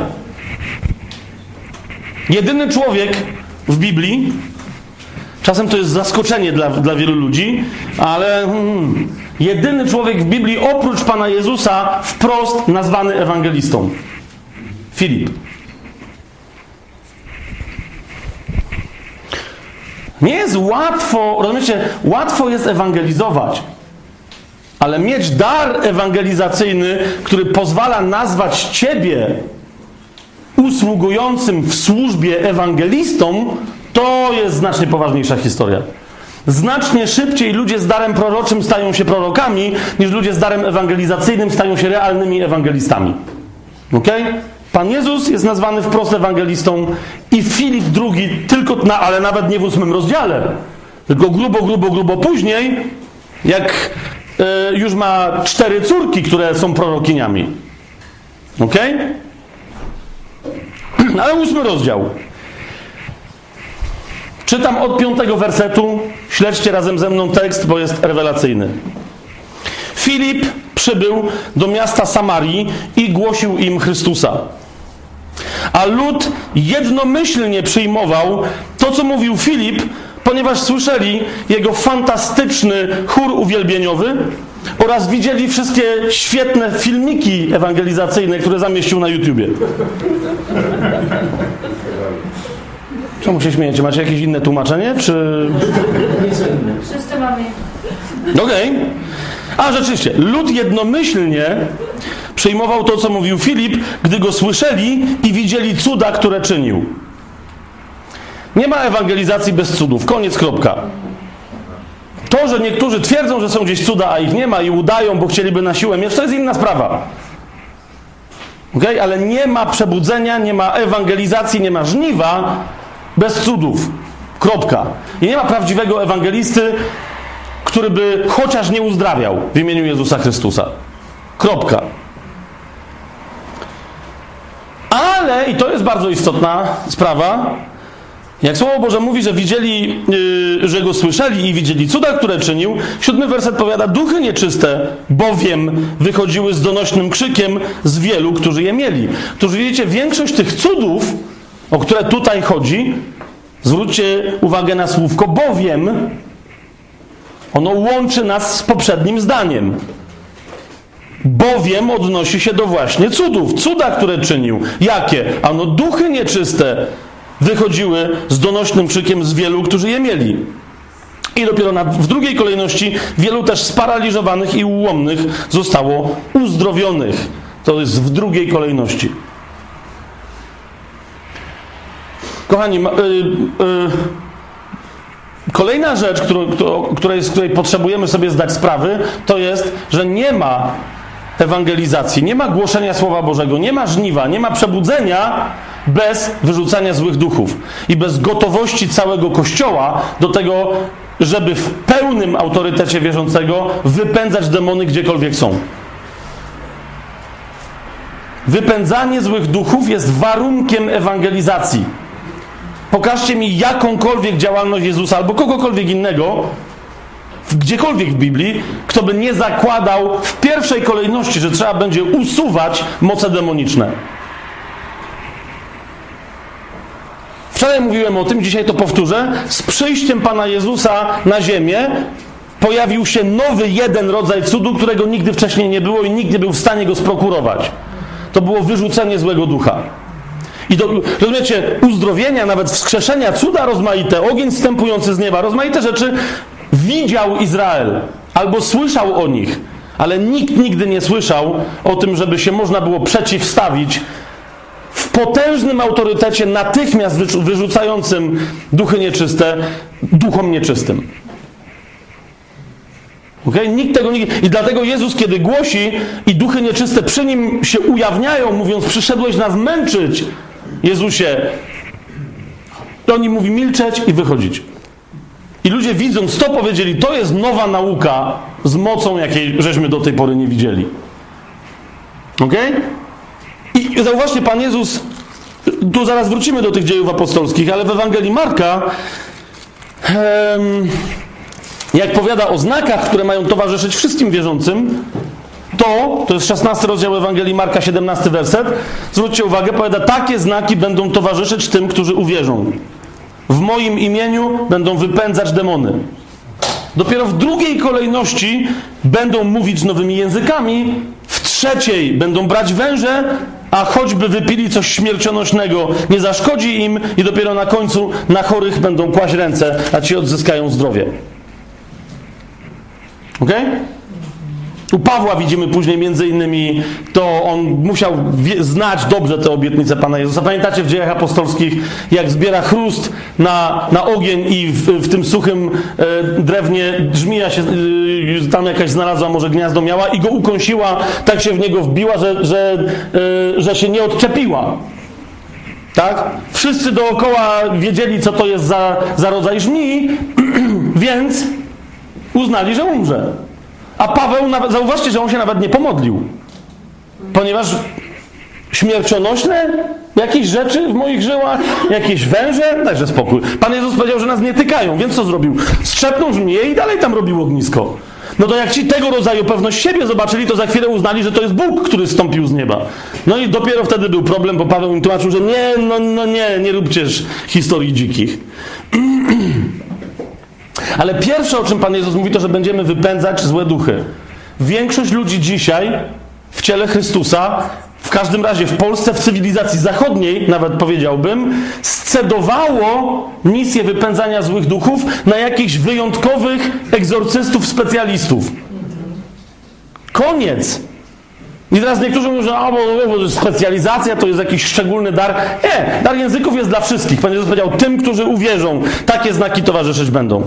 Jedyny człowiek w Biblii, czasem to jest zaskoczenie dla, dla wielu ludzi, ale hmm, jedyny człowiek w Biblii oprócz Pana Jezusa wprost nazwany ewangelistą. Filip. Nie jest łatwo, rozumiecie, łatwo jest ewangelizować, ale mieć dar ewangelizacyjny, który pozwala nazwać Ciebie usługującym w służbie ewangelistą, to jest znacznie poważniejsza historia. Znacznie szybciej ludzie z darem proroczym stają się prorokami, niż ludzie z darem ewangelizacyjnym stają się realnymi ewangelistami. Okej? Okay? Pan Jezus jest nazwany wprost ewangelistą i Filip drugi, tylko, na, ale nawet nie w ósmym rozdziale, tylko grubo, grubo, grubo później, jak y, już ma cztery córki, które są prorokiniami. Okej? Okay? Ale ósmy rozdział. Czytam od piątego wersetu. Śledźcie razem ze mną tekst, bo jest rewelacyjny. Filip przybył do miasta Samarii i głosił im Chrystusa. A lud jednomyślnie przyjmował to, co mówił Filip, ponieważ słyszeli jego fantastyczny chór uwielbieniowy oraz widzieli wszystkie świetne filmiki ewangelizacyjne, które zamieścił na YouTubie. Czemu się śmiejecie? Macie jakieś inne tłumaczenie? Czy... Wszyscy mamy. Okej. Okay. A rzeczywiście, lud jednomyślnie przyjmował to, co mówił Filip, gdy go słyszeli i widzieli cuda, które czynił. Nie ma ewangelizacji bez cudów. Koniec, kropka. To, że niektórzy twierdzą, że są gdzieś cuda, a ich nie ma i udają, bo chcieliby na siłę mieć, to jest inna sprawa. Okay? Ale nie ma przebudzenia, nie ma ewangelizacji, nie ma żniwa bez cudów. Kropka. I nie ma prawdziwego ewangelisty, który by chociaż nie uzdrawiał w imieniu Jezusa Chrystusa. Kropka. Ale, i to jest bardzo istotna sprawa, jak Słowo Boże mówi, że widzieli, yy, że go słyszeli i widzieli cuda, które czynił, siódmy werset powiada, duchy nieczyste bowiem wychodziły z donośnym krzykiem z wielu, którzy je mieli. Którzy widzicie, większość tych cudów, o które tutaj chodzi, zwróćcie uwagę na słówko bowiem, ono łączy nas z poprzednim zdaniem. Bowiem odnosi się do właśnie cudów. Cuda, które czynił. Jakie? Ano duchy nieczyste wychodziły z donośnym krzykiem z wielu, którzy je mieli. I dopiero na, w drugiej kolejności wielu też sparaliżowanych i ułomnych zostało uzdrowionych. To jest w drugiej kolejności. Kochani, yy, yy, kolejna rzecz, którą, której, z której potrzebujemy sobie zdać sprawy, to jest, że nie ma ewangelizacji, nie ma głoszenia Słowa Bożego, nie ma żniwa, nie ma przebudzenia bez wyrzucania złych duchów i bez gotowości całego Kościoła do tego, żeby w pełnym autorytecie wierzącego wypędzać demony gdziekolwiek są. Wypędzanie złych duchów jest warunkiem ewangelizacji. Pokażcie mi jakąkolwiek działalność Jezusa albo kogokolwiek innego, gdziekolwiek w Biblii, kto by nie zakładał w pierwszej kolejności, że trzeba będzie usuwać moce demoniczne. Wczoraj mówiłem o tym, dzisiaj to powtórzę. Z przyjściem Pana Jezusa na ziemię pojawił się nowy jeden rodzaj cudu, którego nigdy wcześniej nie było i nikt nie był w stanie go sprokurować. To było wyrzucenie złego ducha. I do, rozumiecie, uzdrowienia, nawet wskrzeszenia, cuda rozmaite, ogień zstępujący z nieba, rozmaite rzeczy widział Izrael albo słyszał o nich, ale nikt nigdy nie słyszał o tym, żeby się można było przeciwstawić w potężnym autorytecie natychmiast wyrzucającym duchy nieczyste duchom nieczystym. Okay? Nikt tego nie... I dlatego Jezus, kiedy głosi i duchy nieczyste przy Nim się ujawniają, mówiąc, przyszedłeś nas męczyć, Jezusie, to oni mówi milczeć i wychodzić. I ludzie widząc to powiedzieli, to jest nowa nauka z mocą, jakiej żeśmy do tej pory nie widzieli. Okej? Okay? I zauważcie, Pan Jezus, tu zaraz wrócimy do tych dziejów apostolskich, ale w Ewangelii Marka em, jak powiada o znakach, które mają towarzyszyć wszystkim wierzącym, to, to jest szesnasty rozdział Ewangelii Marka, siedemnasty werset, zwróćcie uwagę, powiada, takie znaki będą towarzyszyć tym, którzy uwierzą. W moim imieniu będą wypędzać demony. Dopiero w drugiej kolejności będą mówić nowymi językami, w trzeciej będą brać węże, a choćby wypili coś śmiercionośnego, nie zaszkodzi im i dopiero na końcu na chorych będą kłaść ręce, a ci odzyskają zdrowie. Okej? Okay? U Pawła widzimy później między innymi to on musiał wie, znać dobrze te obietnice Pana Jezusa. Pamiętacie w Dziejach Apostolskich, jak zbiera chrust na, na ogień i w, w tym suchym e, drewnie żmija się, e, tam jakaś znalazła, może gniazdo miała i go ukąsiła, tak się w niego wbiła, że, że, e, że się nie odczepiła. Tak? Wszyscy dookoła wiedzieli, co to jest za, za rodzaj żmii, więc uznali, że umrze. A Paweł, nawet, zauważcie, że on się nawet nie pomodlił. Ponieważ śmiercionośne jakieś rzeczy w moich żyłach, jakieś węże, dajże spokój. Pan Jezus powiedział, że nas nie tykają, więc co zrobił? Strzepnął żmiję i dalej tam robił ognisko. No to jak ci tego rodzaju pewność siebie zobaczyli, to za chwilę uznali, że to jest Bóg, który zstąpił z nieba. No i dopiero wtedy był problem, bo Paweł im tłumaczył, że nie, no, no nie, nie róbcież historii dzikich. Ale pierwsze, o czym Pan Jezus mówi, to, że będziemy wypędzać złe duchy. Większość ludzi dzisiaj w ciele Chrystusa, w każdym razie w Polsce, w cywilizacji zachodniej, nawet powiedziałbym, scedowało misję wypędzania złych duchów na jakichś wyjątkowych egzorcystów, specjalistów. Koniec. I teraz niektórzy mówią, że o, bo, bo to jest specjalizacja, to jest jakiś szczególny dar. Nie, dar języków jest dla wszystkich. Pan Jezus powiedział, tym, którzy uwierzą, takie znaki towarzyszyć będą.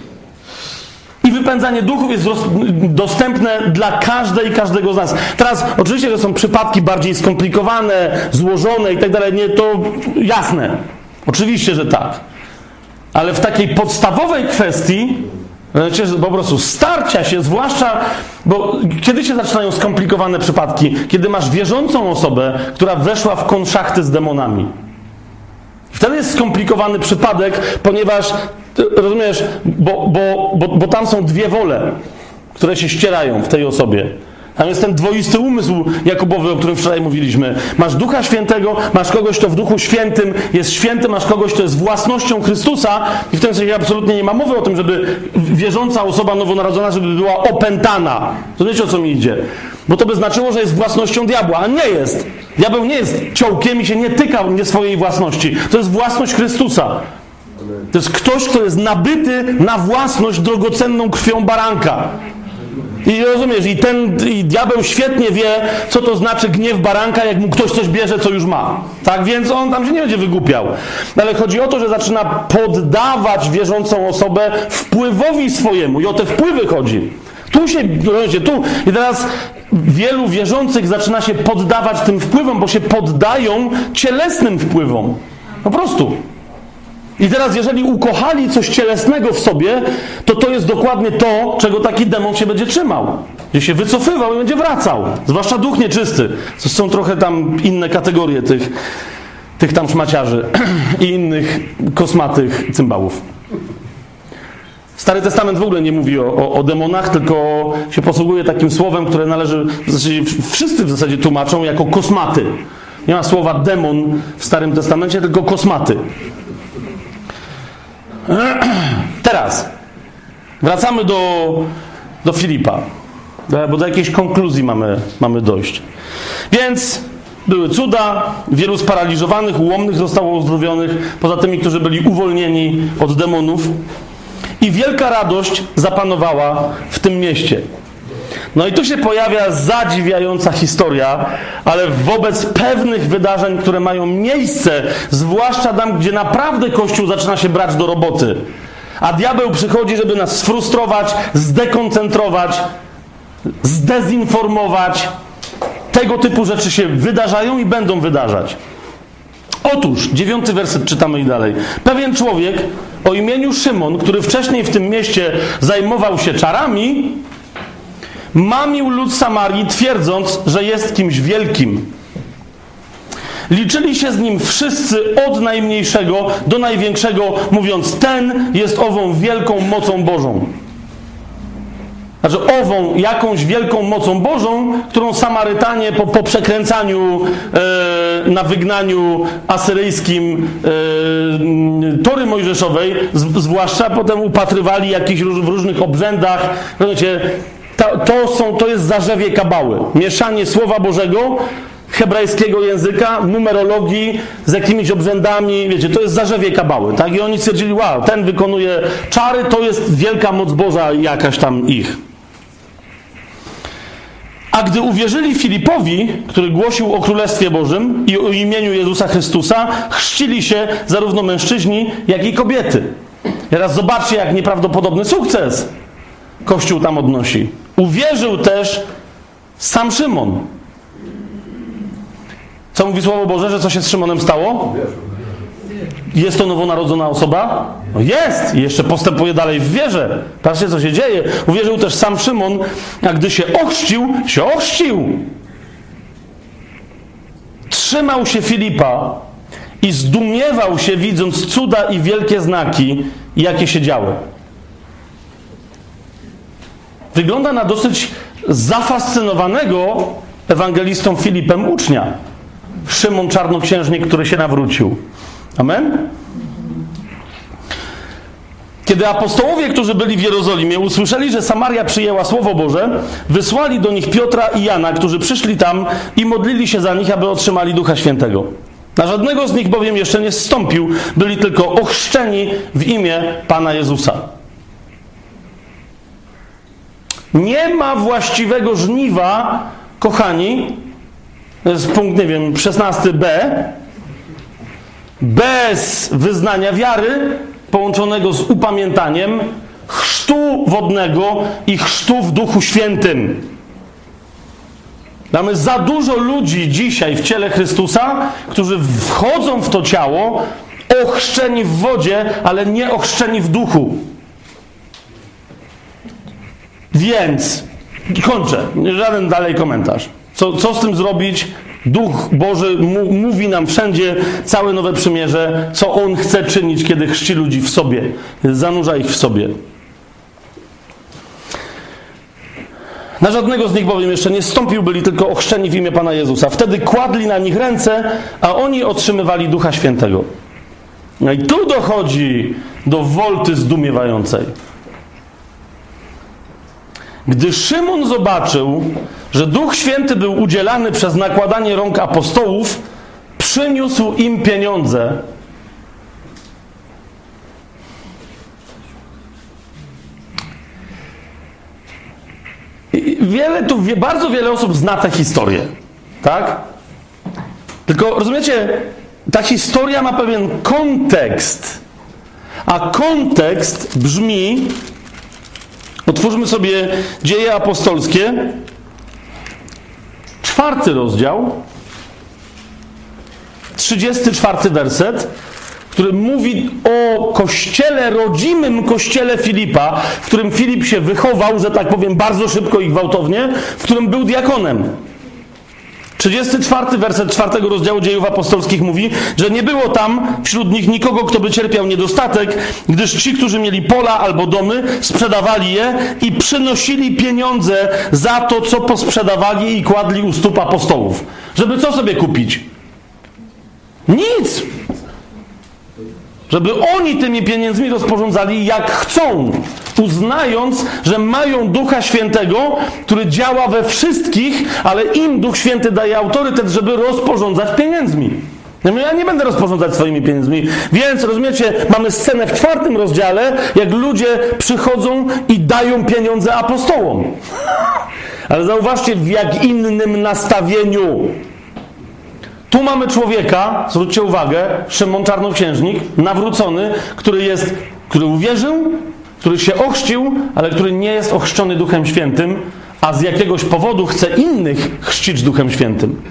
I wypędzanie duchów jest dostępne dla każdej i każdego z nas. Teraz oczywiście, że są przypadki bardziej skomplikowane, złożone i tak dalej. Nie, to jasne. Oczywiście, że tak. Ale w takiej podstawowej kwestii, znaczy, po prostu starcia się, zwłaszcza, bo kiedy się zaczynają skomplikowane przypadki? Kiedy masz wierzącą osobę, która weszła w konszachty z demonami. Wtedy jest skomplikowany przypadek, ponieważ, rozumiesz, bo, bo, bo, bo tam są dwie wole, które się ścierają w tej osobie. Tam jest ten dwoisty umysł Jakubowy, o którym wczoraj mówiliśmy. Masz Ducha Świętego, masz kogoś, kto w Duchu Świętym jest święty, masz kogoś, kto jest własnością Chrystusa i w tym sensie absolutnie nie ma mowy o tym, żeby wierząca osoba nowonarodzona, żeby była opętana. Rozumiecie, o co mi idzie? Bo to by znaczyło, że jest własnością diabła, a nie jest. Diabeł nie jest ciołkiem i się nie tyka nie swojej własności. To jest własność Chrystusa. To jest ktoś, kto jest nabyty na własność drogocenną krwią baranka. I rozumiesz, i ten i diabeł świetnie wie, co to znaczy gniew baranka, jak mu ktoś coś bierze, co już ma. Tak więc on tam się nie będzie wygłupiał. Ale chodzi o to, że zaczyna poddawać wierzącą osobę wpływowi swojemu. I o te wpływy chodzi. Tu się, rozumiecie, tu. I teraz wielu wierzących zaczyna się poddawać tym wpływom, bo się poddają cielesnym wpływom. Po prostu. I teraz, jeżeli ukochali coś cielesnego w sobie, to to jest dokładnie to, czego taki demon się będzie trzymał. Gdzie się wycofywał i będzie wracał. Zwłaszcza duch nieczysty. To są trochę tam inne kategorie tych, tych tam szmaciarzy i innych kosmatych cymbałów. Stary Testament w ogóle nie mówi o, o, o demonach, tylko się posługuje takim słowem, które należy, w zasadzie, wszyscy w zasadzie tłumaczą jako kosmaty. Nie ma słowa demon w Starym Testamencie, tylko kosmaty. Teraz, Wracamy do, do Filipa, bo do jakiejś konkluzji mamy, mamy dojść. Więc były cuda, wielu sparaliżowanych, ułomnych zostało uzdrowionych, poza tymi, którzy byli uwolnieni od demonów. I wielka radość zapanowała w tym mieście. No i tu się pojawia zadziwiająca historia, ale wobec pewnych wydarzeń, które mają miejsce, zwłaszcza tam, gdzie naprawdę Kościół zaczyna się brać do roboty. A diabeł przychodzi, żeby nas sfrustrować, zdekoncentrować, zdezinformować. Tego typu rzeczy się wydarzają i będą wydarzać. Otóż, dziewiąty werset czytamy i dalej. Pewien człowiek o imieniu Szymon, który wcześniej w tym mieście zajmował się czarami, mamił lud Samarii, twierdząc, że jest kimś wielkim. Liczyli się z nim wszyscy od najmniejszego do największego, mówiąc, ten jest ową wielką mocą Bożą. Znaczy ową jakąś wielką mocą Bożą, którą Samarytanie po, po przekręcaniu e, na wygnaniu asyryjskim e, Tory Mojżeszowej, z, zwłaszcza potem upatrywali jakichś róż, w różnych obrzędach. Wiecie, to, to, są, to jest zarzewie kabały. Mieszanie Słowa Bożego, hebrajskiego języka, numerologii z jakimiś obrzędami, wiecie, to jest zarzewie kabały, tak? I oni stwierdzili, wow, ten wykonuje czary, to jest wielka moc Boża jakaś tam ich. A gdy uwierzyli Filipowi, który głosił o Królestwie Bożym i o imieniu Jezusa Chrystusa, chrzcili się zarówno mężczyźni, jak i kobiety. Teraz zobaczcie, jak nieprawdopodobny sukces Kościół tam odnosi. Uwierzył też sam Szymon. Co mówi Słowo Boże, że co się z Szymonem stało? Jest to nowonarodzona osoba? No jest! I jeszcze postępuje dalej w wierze. Patrzcie, co się dzieje. Uwierzył też sam Szymon, a gdy się ochrzcił, się ochrzcił. Trzymał się Filipa i zdumiewał się, widząc cuda i wielkie znaki, jakie się działy. Wygląda na dosyć zafascynowanego ewangelistą Filipem ucznia. Szymon Czarnoksiężnik, który się nawrócił. Amen? Kiedy apostołowie, którzy byli w Jerozolimie, usłyszeli, że Samaria przyjęła Słowo Boże, wysłali do nich Piotra i Jana, którzy przyszli tam i modlili się za nich, aby otrzymali Ducha Świętego. Na żadnego z nich bowiem jeszcze nie zstąpił, byli tylko ochrzczeni w imię Pana Jezusa. Nie ma właściwego żniwa, kochani, to jest punkt, nie wiem, szesnasty b, bez wyznania wiary połączonego z upamiętaniem chrztu wodnego i chrztu w Duchu Świętym. Mamy za dużo ludzi dzisiaj w ciele Chrystusa, którzy wchodzą w to ciało ochrzczeni w wodzie, ale nie ochrzczeni w duchu. Więc kończę, żaden dalej komentarz. Co, co z tym zrobić? Duch Boży mu, mówi nam wszędzie, całe Nowe Przymierze, co On chce czynić, kiedy chrzci ludzi w sobie. Zanurza ich w sobie. Na żadnego z nich bowiem jeszcze nie zstąpił, byli tylko ochrzczeni w imię Pana Jezusa. Wtedy kładli na nich ręce, a oni otrzymywali Ducha Świętego. No i tu dochodzi do wolty zdumiewającej. Gdy Szymon zobaczył, że Duch Święty był udzielany przez nakładanie rąk apostołów, przyniósł im pieniądze. I wiele tu, bardzo wiele osób zna tę historię, tak? Tylko rozumiecie, ta historia ma pewien kontekst, a kontekst brzmi, otwórzmy sobie Dzieje Apostolskie, czwarty rozdział, trzydziesty czwarty werset, który mówi o kościele, rodzimym kościele Filipa, w którym Filip się wychował, że tak powiem, bardzo szybko i gwałtownie, w którym był diakonem. trzydziesty czwarty werset czwartego rozdziału Dziejów Apostolskich mówi, że nie było tam wśród nich nikogo, kto by cierpiał niedostatek, gdyż ci, którzy mieli pola albo domy, sprzedawali je i przynosili pieniądze za to, co posprzedawali i kładli u stóp apostołów. Żeby co sobie kupić? Nic! Żeby oni tymi pieniędzmi rozporządzali jak chcą. uznając, że mają Ducha Świętego, który działa we wszystkich, ale im Duch Święty daje autorytet, żeby rozporządzać pieniędzmi. Ja nie będę rozporządzać swoimi pieniędzmi. Więc, rozumiecie, mamy scenę w czwartym rozdziale, jak ludzie przychodzą i dają pieniądze apostołom. Ale zauważcie, w jak innym nastawieniu. Tu mamy człowieka, zwróćcie uwagę, Szymon Czarnoksiężnik, nawrócony, który jest, który uwierzył, który się ochrzcił, ale który nie jest ochrzczony Duchem Świętym, a z jakiegoś powodu chce innych chrzcić Duchem Świętym.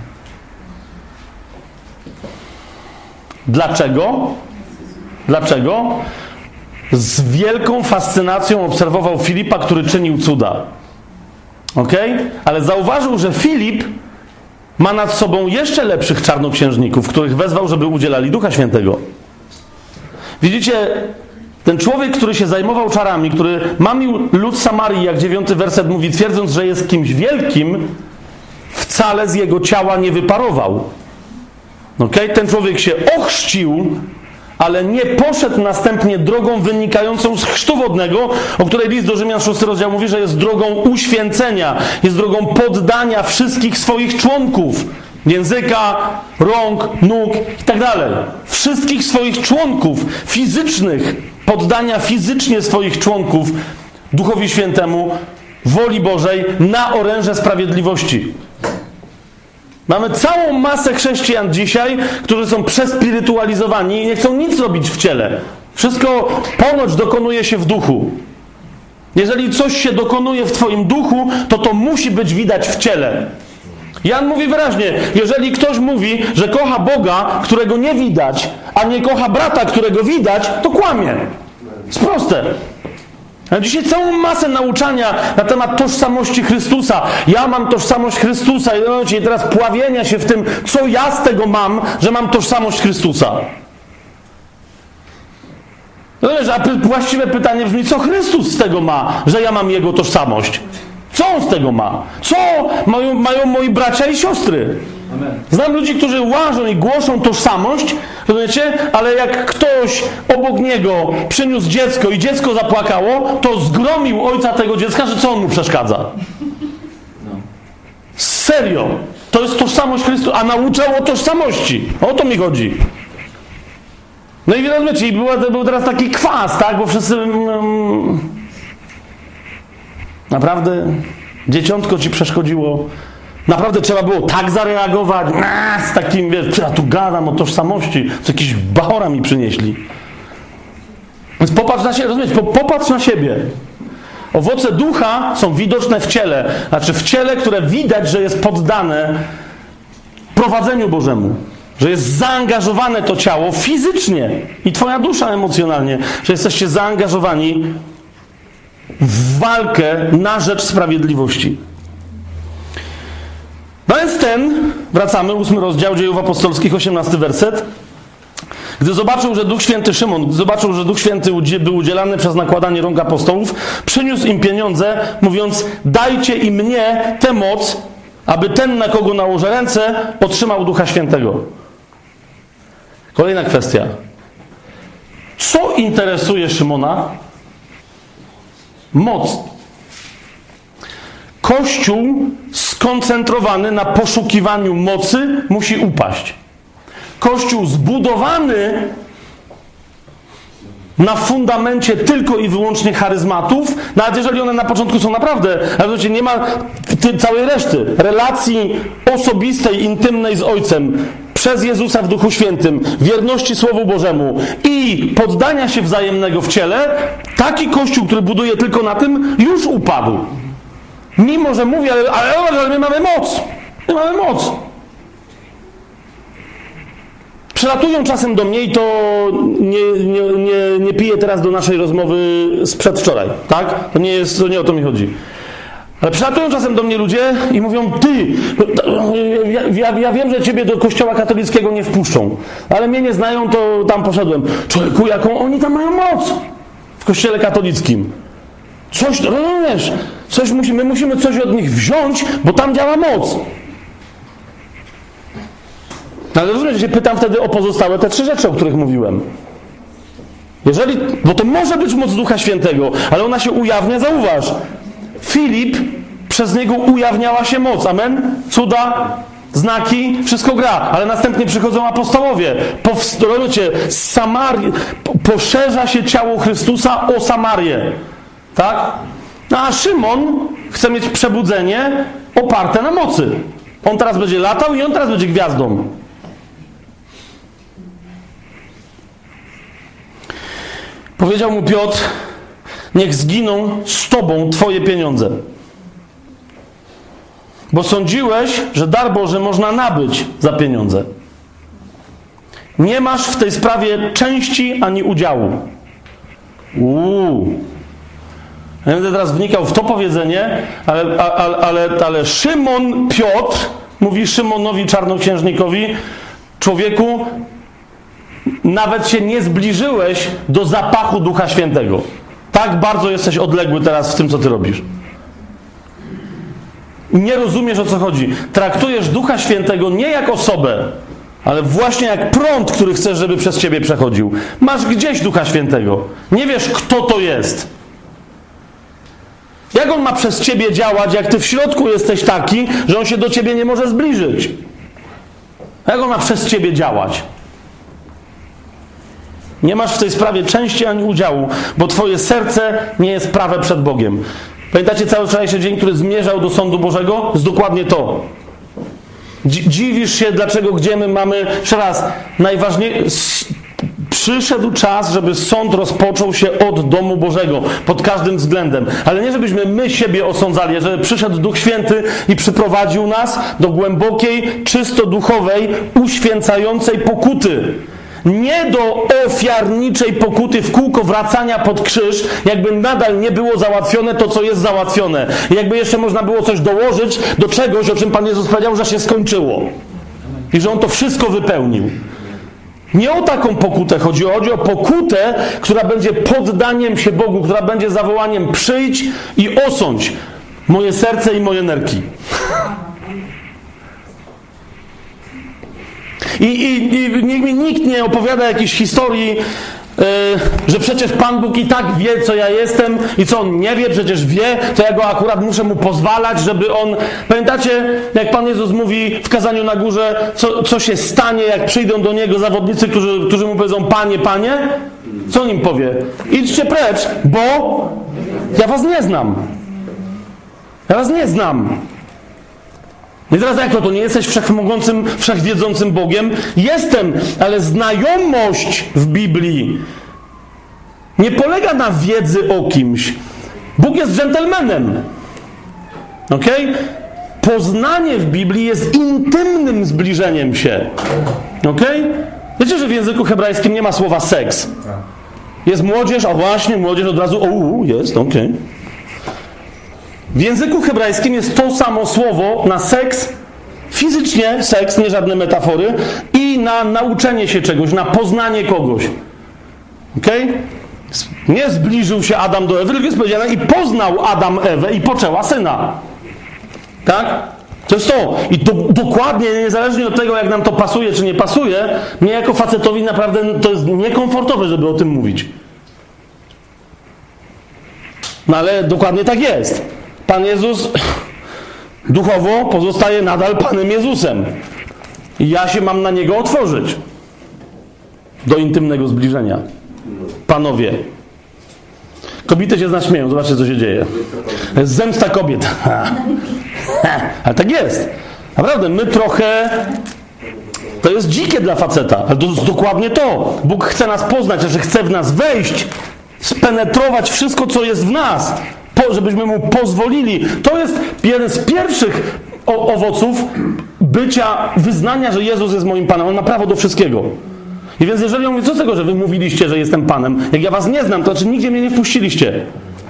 Dlaczego? Dlaczego? Z wielką fascynacją obserwował Filipa, który czynił cuda. Ok? Ale zauważył, że Filip ma nad sobą jeszcze lepszych czarnoksiężników, których wezwał, żeby udzielali Ducha Świętego. Widzicie, ten człowiek, który się zajmował czarami, który mamił lud Samarii, jak dziewiąty werset mówi, twierdząc, że jest kimś wielkim, wcale z jego ciała nie wyparował. Okay? Ten człowiek się ochrzcił, ale nie poszedł następnie drogą wynikającą z chrztu wodnego, o której list do Rzymian szósty rozdział mówi, że jest drogą uświęcenia, jest drogą poddania wszystkich swoich członków, języka, rąk, nóg i tak dalej. Wszystkich swoich członków fizycznych, poddania fizycznie swoich członków Duchowi Świętemu, woli Bożej na oręże sprawiedliwości. Mamy całą masę chrześcijan dzisiaj, którzy są przespirytualizowani i nie chcą nic robić w ciele. Wszystko ponoć dokonuje się w duchu. Jeżeli coś się dokonuje w twoim duchu, to to musi być widać w ciele. Jan mówi wyraźnie, jeżeli ktoś mówi, że kocha Boga, którego nie widać, a nie kocha brata, którego widać, to kłamie. Jest proste. A dzisiaj całą masę nauczania na temat tożsamości Chrystusa. Ja mam tożsamość Chrystusa i teraz pławienia się w tym, co ja z tego mam, że mam tożsamość Chrystusa. No wiesz, a właściwe pytanie brzmi, co Chrystus z tego ma, że ja mam Jego tożsamość? Co On z tego ma? Co mają, mają moi bracia i siostry? Amen. Znam ludzi, którzy łażą i głoszą tożsamość, rozumiecie? Ale jak ktoś obok niego przyniósł dziecko i dziecko zapłakało, to zgromił ojca tego dziecka, że co on mu przeszkadza? No. Serio. To jest tożsamość Chrystusa, a nauczał o tożsamości. O to mi chodzi. No i rozumiecie, i była, był teraz taki kwas, tak? Bo wszyscy... Mm, naprawdę dzieciątko ci przeszkodziło. Naprawdę trzeba było tak zareagować, nah, z takim, wiesz, ja tu gadam o tożsamości, co jakiś bachora mi przynieśli. Więc popatrz na siebie, rozumiesz, popatrz na siebie. Owoce ducha są widoczne w ciele, znaczy w ciele, które widać, że jest poddane prowadzeniu Bożemu, że jest zaangażowane to ciało fizycznie i twoja dusza emocjonalnie, że jesteście zaangażowani w walkę na rzecz sprawiedliwości. No więc ten, wracamy, ósmy rozdział Dziejów Apostolskich, osiemnasty werset. Gdy zobaczył, że Duch Święty, Szymon, gdy zobaczył, że Duch Święty był udzielany przez nakładanie rąk apostołów, przyniósł im pieniądze, mówiąc, dajcie i mnie tę moc, aby ten, na kogo nałożę ręce, otrzymał Ducha Świętego. Kolejna kwestia. Co interesuje Szymona? Moc. Kościół skoncentrowany na poszukiwaniu mocy musi upaść. Kościół zbudowany na fundamencie tylko i wyłącznie charyzmatów, nawet jeżeli one na początku są naprawdę, ale nie ma całej reszty relacji osobistej, intymnej z Ojcem, przez Jezusa w Duchu Świętym, wierności Słowu Bożemu i poddania się wzajemnego w ciele, taki Kościół, który buduje tylko na tym, już upadł. Mimo, że mówi, ale, ale, ale my mamy moc. My mamy moc. Przylatują czasem do mnie i to nie, nie, nie, nie piję teraz do naszej rozmowy z przedwczoraj, tak? To nie jest, to nie o to mi chodzi. Ale przylatują czasem do mnie ludzie i mówią, ty, ja, ja, ja wiem, że ciebie do kościoła katolickiego nie wpuszczą, ale mnie nie znają, to tam poszedłem. Człowieku, jaką oni tam mają moc w kościele katolickim. Coś, rozumiesz, coś musimy, my musimy coś od nich wziąć, bo tam działa moc. Ale rozumiesz, się pytam wtedy o pozostałe te trzy rzeczy, o których mówiłem. Jeżeli, bo to może być moc Ducha Świętego, ale ona się ujawnia, zauważ. Filip, przez niego ujawniała się moc. Amen? Cuda, znaki, wszystko gra. Ale następnie przychodzą apostołowie. Powstrojucie, z Samarii, poszerza się ciało Chrystusa o Samarię. Tak? No a Szymon chce mieć przebudzenie oparte na mocy. On teraz będzie latał i on teraz będzie gwiazdą. Powiedział mu Piotr, niech zginą z tobą twoje pieniądze. Bo sądziłeś, że dar Boży można nabyć za pieniądze. Nie masz w tej sprawie części ani udziału. Uuu. Ja będę teraz wnikał w to powiedzenie, ale, ale, ale, ale Szymon Piotr mówi Szymonowi Czarnoksiężnikowi, człowieku, nawet się nie zbliżyłeś do zapachu Ducha Świętego. Tak bardzo jesteś odległy teraz w tym, co ty robisz. Nie rozumiesz, o co chodzi. Traktujesz Ducha Świętego nie jak osobę, ale właśnie jak prąd, który chcesz, żeby przez ciebie przechodził. Masz gdzieś Ducha Świętego. Nie wiesz, kto to jest. Jak on ma przez ciebie działać, jak ty w środku jesteś taki, że on się do ciebie nie może zbliżyć? Jak on ma przez ciebie działać? Nie masz w tej sprawie części ani udziału, bo twoje serce nie jest prawe przed Bogiem. Pamiętacie cały wczorajszy dzień, który zmierzał do sądu Bożego? Jest dokładnie to. Dziwisz się, dlaczego, gdzie my mamy... Jeszcze raz, najważniejsze... Przyszedł czas, żeby sąd rozpoczął się od domu Bożego, pod każdym względem. Ale nie żebyśmy my siebie osądzali, żeby przyszedł Duch Święty i przyprowadził nas do głębokiej, czysto duchowej, uświęcającej pokuty. Nie do ofiarniczej pokuty w kółko wracania pod krzyż, jakby nadal nie było załatwione to, co jest załatwione. Jakby jeszcze można było coś dołożyć do czegoś, o czym Pan Jezus powiedział, że się skończyło. I że On to wszystko wypełnił. Nie o taką pokutę chodzi. Chodzi o pokutę, która będzie poddaniem się Bogu, która będzie zawołaniem przyjdź i osądź moje serce i moje nerki. I, i, i niech mi nikt nie opowiada jakiejś historii, yy, że przecież Pan Bóg i tak wie, co ja jestem i co On nie wie, przecież wie, to ja Go akurat muszę Mu pozwalać, żeby On... Pamiętacie, jak Pan Jezus mówi w kazaniu na górze, co, co się stanie, jak przyjdą do Niego zawodnicy, którzy, którzy Mu powiedzą, Panie, Panie? Co On im powie? Idźcie precz, bo ja was nie znam. Ja was nie znam. I teraz jak to? To nie jesteś wszechmogącym, wszechwiedzącym Bogiem? Jestem, ale znajomość w Biblii nie polega na wiedzy o kimś. Bóg jest dżentelmenem. Okej? Poznanie w Biblii jest intymnym zbliżeniem się. Okej? Wiecie, że w języku hebrajskim nie ma słowa seks. Jest młodzież, a właśnie młodzież od razu, o, jest, okej. Okay. W języku hebrajskim jest to samo słowo na seks, fizycznie seks, nie żadne metafory, i na nauczenie się czegoś, na poznanie kogoś. Okej? Okay? Nie zbliżył się Adam do Ewy, tylko jest powiedziane i poznał Adam Ewę i poczęła syna. Tak? To jest to. I to dokładnie, niezależnie od tego, jak nam to pasuje, czy nie pasuje, mnie jako facetowi naprawdę to jest niekomfortowe, żeby o tym mówić. No ale dokładnie tak jest. Pan Jezus duchowo pozostaje nadal Panem Jezusem. I ja się mam na Niego otworzyć. Do intymnego zbliżenia. Panowie. Kobiety się zaśmieją. Zobaczcie, co się dzieje. Zemsta kobiet. Ha. Ha. Ale tak jest. Naprawdę, my trochę... To jest dzikie dla faceta. Ale to jest dokładnie to. Bóg chce nas poznać, że chce w nas wejść, spenetrować wszystko, co jest w nas. Po, żebyśmy Mu pozwolili. To jest jeden z pierwszych o, owoców bycia, wyznania, że Jezus jest moim Panem. On ma prawo do wszystkiego. I więc jeżeli on mówi, co z tego, że wy mówiliście, że jestem Panem? Jak ja was nie znam, to znaczy nigdzie mnie nie wpuściliście.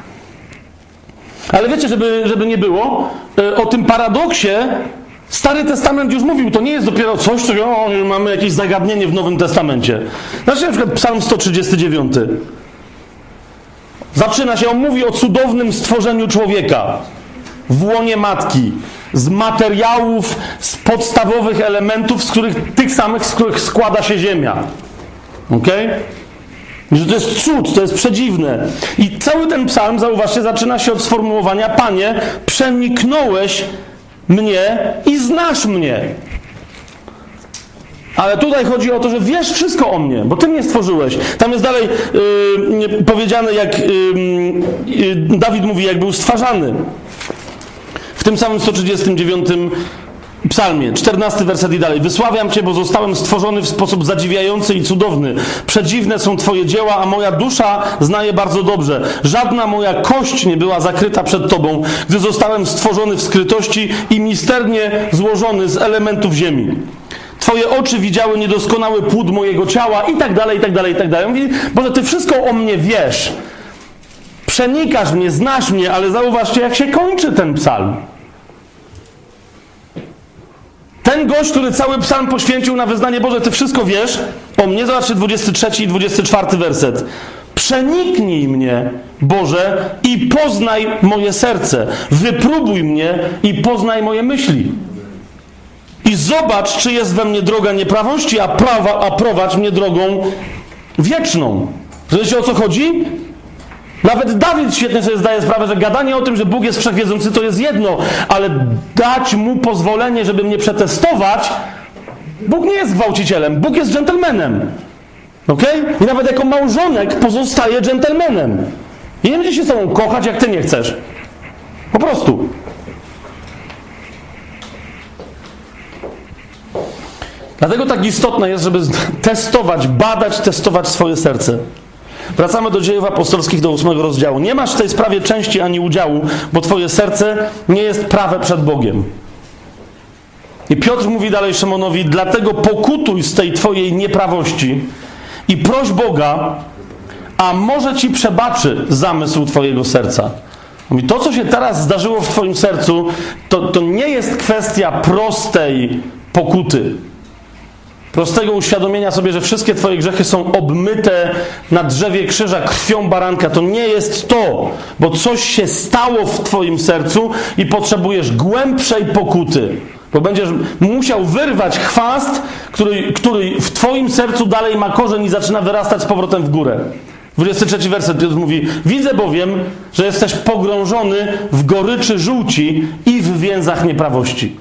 Ale wiecie, żeby, żeby nie było, o tym paradoksie Stary Testament już mówił, to nie jest dopiero coś, czego o, mamy jakieś zagadnienie w Nowym Testamencie. Znaczy na przykład Psalm sto trzydziesty dziewiąty. Zaczyna się, on mówi o cudownym stworzeniu człowieka w łonie matki, z materiałów, z podstawowych elementów, z których, tych samych, z których składa się ziemia. Okej? Okay? Że to jest cud, to jest przedziwne. I cały ten psalm, zauważcie, zaczyna się od sformułowania: Panie, przeniknąłeś mnie i znasz mnie. Ale tutaj chodzi o to, że wiesz wszystko o mnie, bo Ty mnie stworzyłeś. Tam jest dalej yy, powiedziane, jak yy, yy, Dawid mówi, jak był stwarzany. W tym samym sto trzydziestym dziewiątym psalmie, czternasty werset i dalej. Wysławiam Cię, bo zostałem stworzony w sposób zadziwiający i cudowny. Przedziwne są Twoje dzieła, a moja dusza zna je bardzo dobrze. Żadna moja kość nie była zakryta przed Tobą, gdy zostałem stworzony w skrytości i misternie złożony z elementów ziemi. Twoje oczy widziały niedoskonały płód mojego ciała i tak dalej, i tak dalej, i tak dalej. Mówi: Boże, Ty wszystko o mnie wiesz. Przenikasz mnie, znasz mnie, ale zauważcie, jak się kończy ten psalm. Ten gość, który cały psalm poświęcił na wyznanie: Boże, Ty wszystko wiesz o mnie. Zobaczcie dwudziesty trzeci i dwudziesty czwarty werset. Przeniknij mnie, Boże, i poznaj moje serce. Wypróbuj mnie i poznaj moje myśli. I zobacz, czy jest we mnie droga nieprawości, a, prawa, a prowadź mnie drogą wieczną. Wiecie, o co chodzi? Nawet Dawid świetnie sobie zdaje sprawę, że gadanie o tym, że Bóg jest wszechwiedzący, to jest jedno, ale dać mu pozwolenie, żeby mnie przetestować. Bóg nie jest gwałcicielem, Bóg jest dżentelmenem. Okej? I nawet jako małżonek pozostaje dżentelmenem. I nie będzie się z tobą kochać, jak ty nie chcesz. Po prostu. Dlatego tak istotne jest, żeby testować, badać, testować swoje serce. Wracamy do Dziejów Apostolskich, do ósmego rozdziału. Nie masz w tej sprawie części ani udziału, bo twoje serce nie jest prawe przed Bogiem. I Piotr mówi dalej Szymonowi: dlatego pokutuj z tej twojej nieprawości i proś Boga, a może ci przebaczy zamysł twojego serca. Mówi: to, co się teraz zdarzyło w twoim sercu, to, to nie jest kwestia prostej pokuty. Prostego uświadomienia sobie, że wszystkie twoje grzechy są obmyte na drzewie krzyża krwią baranka. To nie jest to, bo coś się stało w twoim sercu i potrzebujesz głębszej pokuty. Bo będziesz musiał wyrwać chwast, który, który w twoim sercu dalej ma korzeń i zaczyna wyrastać z powrotem w górę. dwudziesty trzeci werset Piotr mówi: widzę bowiem, że jesteś pogrążony w goryczy żółci i w więzach nieprawości.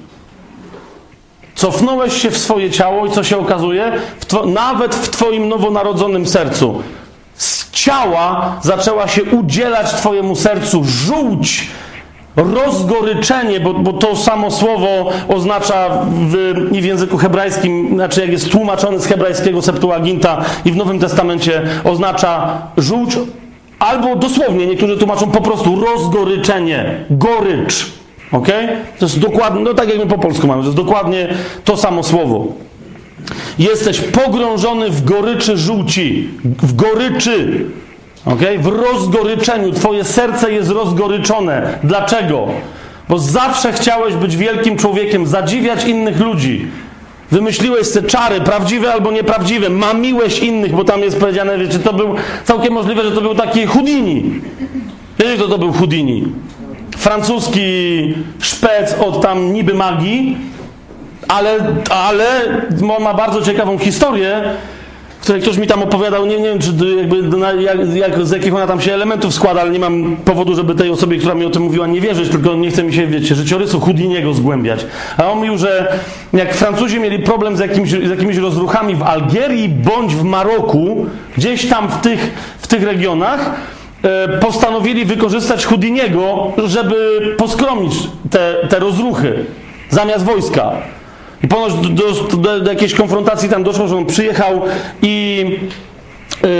Cofnąłeś się w swoje ciało i co się okazuje? W two, nawet w twoim nowonarodzonym sercu z ciała zaczęła się udzielać twojemu sercu żółć, rozgoryczenie, bo, bo to samo słowo oznacza w, i w języku hebrajskim, znaczy jak jest tłumaczony z hebrajskiego Septuaginta i w Nowym Testamencie oznacza żółć, albo dosłownie niektórzy tłumaczą po prostu rozgoryczenie, gorycz. Okej? Okay? To jest dokładnie, no tak jak my po polsku mamy, to jest dokładnie to samo słowo. Jesteś pogrążony w goryczy żółci, w goryczy, okej? Okay? W rozgoryczeniu. Twoje serce jest rozgoryczone. Dlaczego? Bo zawsze chciałeś być wielkim człowiekiem, zadziwiać innych ludzi. Wymyśliłeś te czary, prawdziwe albo nieprawdziwe, mamiłeś innych, bo tam jest powiedziane, wiecie, to był całkiem możliwe, że to był taki Houdini. Wiecie, kto to był Houdini? Francuski szpec od tam niby magii, ale, ale ma bardzo ciekawą historię, w której ktoś mi tam opowiadał, nie, nie wiem, czy jakby, jak, jak, z jakich ona tam się elementów składa, ale nie mam powodu, żeby tej osobie, która mi o tym mówiła, nie wierzyć, tylko nie chce mi się, wiecie, życiorysu Houdiniego zgłębiać. A on mówił, że jak Francuzi mieli problem z, jakimś, z jakimiś rozruchami w Algierii bądź w Maroku, gdzieś tam w tych, w tych regionach, postanowili wykorzystać Houdiniego, żeby poskromić te, te rozruchy zamiast wojska. I ponoć do, do, do, do jakiejś konfrontacji tam doszło, że on przyjechał i yy,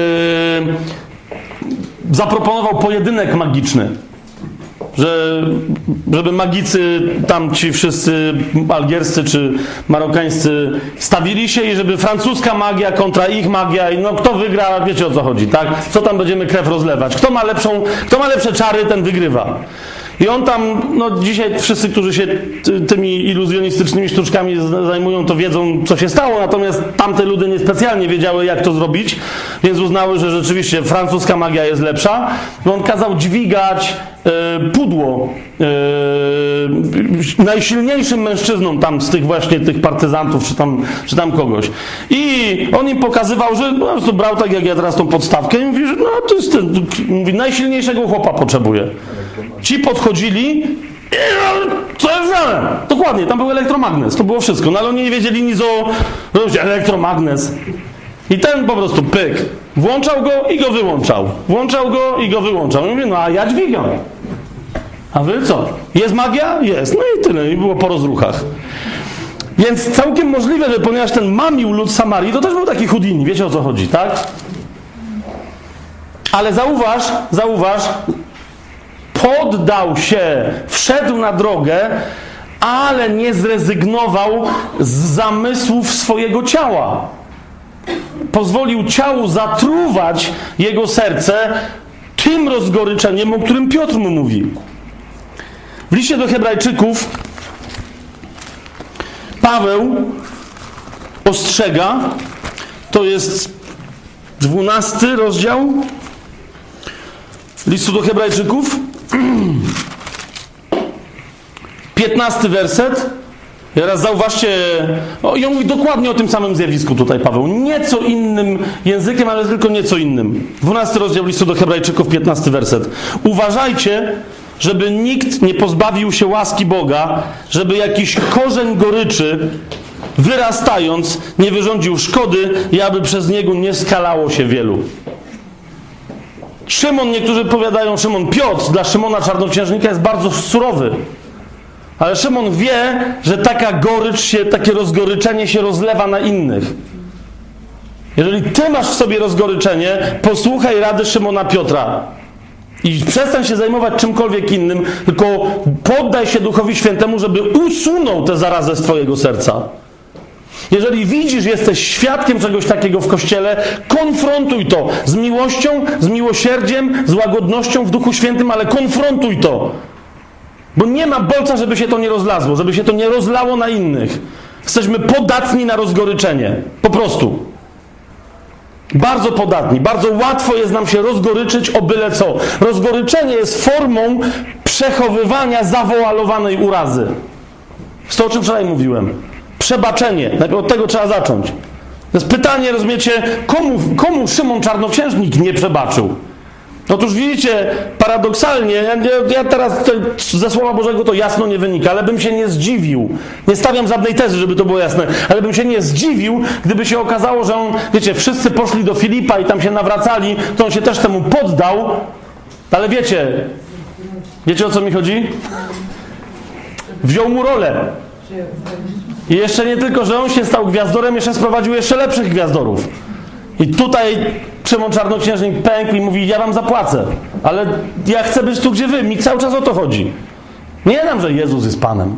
zaproponował pojedynek magiczny. Że, żeby magicy tam ci wszyscy algierscy czy marokańscy stawili się i żeby francuska magia kontra ich magia i no kto wygra, wiecie o co chodzi, tak? Co tam będziemy krew rozlewać? Kto ma lepszą, kto ma lepsze czary, ten wygrywa. I on tam, no dzisiaj wszyscy, którzy się ty, tymi iluzjonistycznymi sztuczkami zajmują, to wiedzą, co się stało, natomiast tamte ludy niespecjalnie wiedziały, jak to zrobić, więc uznały, że rzeczywiście francuska magia jest lepsza. I on kazał dźwigać e, pudło e, najsilniejszym mężczyznom tam z tych właśnie tych partyzantów, czy tam, czy tam kogoś. I on im pokazywał, że no, po prostu brał tak jak ja teraz tą podstawkę i mówi, że no to jest ten, mówi, najsilniejszego chłopa potrzebuje. Ci podchodzili i co jest grane? Dokładnie, tam był elektromagnes, to było wszystko, no ale oni nie wiedzieli nic o elektromagnes. I ten po prostu pyk, włączał go i go wyłączał. Włączał go i go wyłączał. I mówię, no a ja dźwigam. A wy co? Jest magia? Jest. No i tyle. I było po rozruchach. Więc całkiem możliwe, że ponieważ ten mamił lud Samarii, to też był taki Houdini. Wiecie, o co chodzi, tak? Ale zauważ, zauważ, poddał się, wszedł na drogę, ale nie zrezygnował z zamysłów swojego ciała. Pozwolił ciału zatruwać jego serce tym rozgoryczeniem, o którym Piotr mu mówi. W liście do Hebrajczyków Paweł ostrzega, to jest dwunasty rozdział listu do Hebrajczyków, piętnasty werset. Teraz zauważcie, o, i on mówi dokładnie o tym samym zjawisku tutaj Paweł. Nieco innym językiem, ale tylko nieco innym. dwunasty rozdział listu do Hebrajczyków, piętnasty werset. Uważajcie, żeby nikt nie pozbawił się łaski Boga, żeby jakiś korzeń goryczy, wyrastając, nie wyrządził szkody i aby przez niego nie skalało się wielu. Szymon, niektórzy powiadają, Szymon Piotr, dla Szymona Czarnoksiężnika jest bardzo surowy. Ale Szymon wie, że taka gorycz się, takie rozgoryczenie się rozlewa na innych. Jeżeli ty masz w sobie rozgoryczenie, posłuchaj rady Szymona Piotra. I przestań się zajmować czymkolwiek innym, tylko poddaj się Duchowi Świętemu, żeby usunął tę zarazę z twojego serca. Jeżeli widzisz, jesteś świadkiem czegoś takiego w Kościele, konfrontuj to z miłością, z miłosierdziem, z łagodnością w Duchu Świętym, ale konfrontuj to. Bo nie ma bolca, żeby się to nie rozlazło, żeby się to nie rozlało na innych. Jesteśmy podatni na rozgoryczenie. Po prostu. Bardzo podatni. Bardzo łatwo jest nam się rozgoryczyć o byle co. Rozgoryczenie jest formą przechowywania zawoalowanej urazy. Z to, o czym wczoraj mówiłem. Przebaczenie. Najpierw od tego trzeba zacząć. To jest pytanie, rozumiecie, komu, komu Szymon Czarnoksiężnik nie przebaczył? Otóż widzicie, paradoksalnie, ja, ja teraz to, ze Słowa Bożego to jasno nie wynika, ale bym się nie zdziwił. Nie stawiam żadnej tezy, żeby to było jasne, ale bym się nie zdziwił, gdyby się okazało, że on, wiecie, wszyscy poszli do Filipa i tam się nawracali, to on się też temu poddał, ale wiecie, wiecie o co mi chodzi? Wziął mu rolę. I jeszcze nie tylko, że on się stał gwiazdorem, jeszcze sprowadził jeszcze lepszych gwiazdorów. I tutaj Szymon Czarnoksiężnik pękł i mówi, ja wam zapłacę, ale ja chcę być tu, gdzie wy. Mi cały czas o to chodzi. Nie dam, że Jezus jest Panem.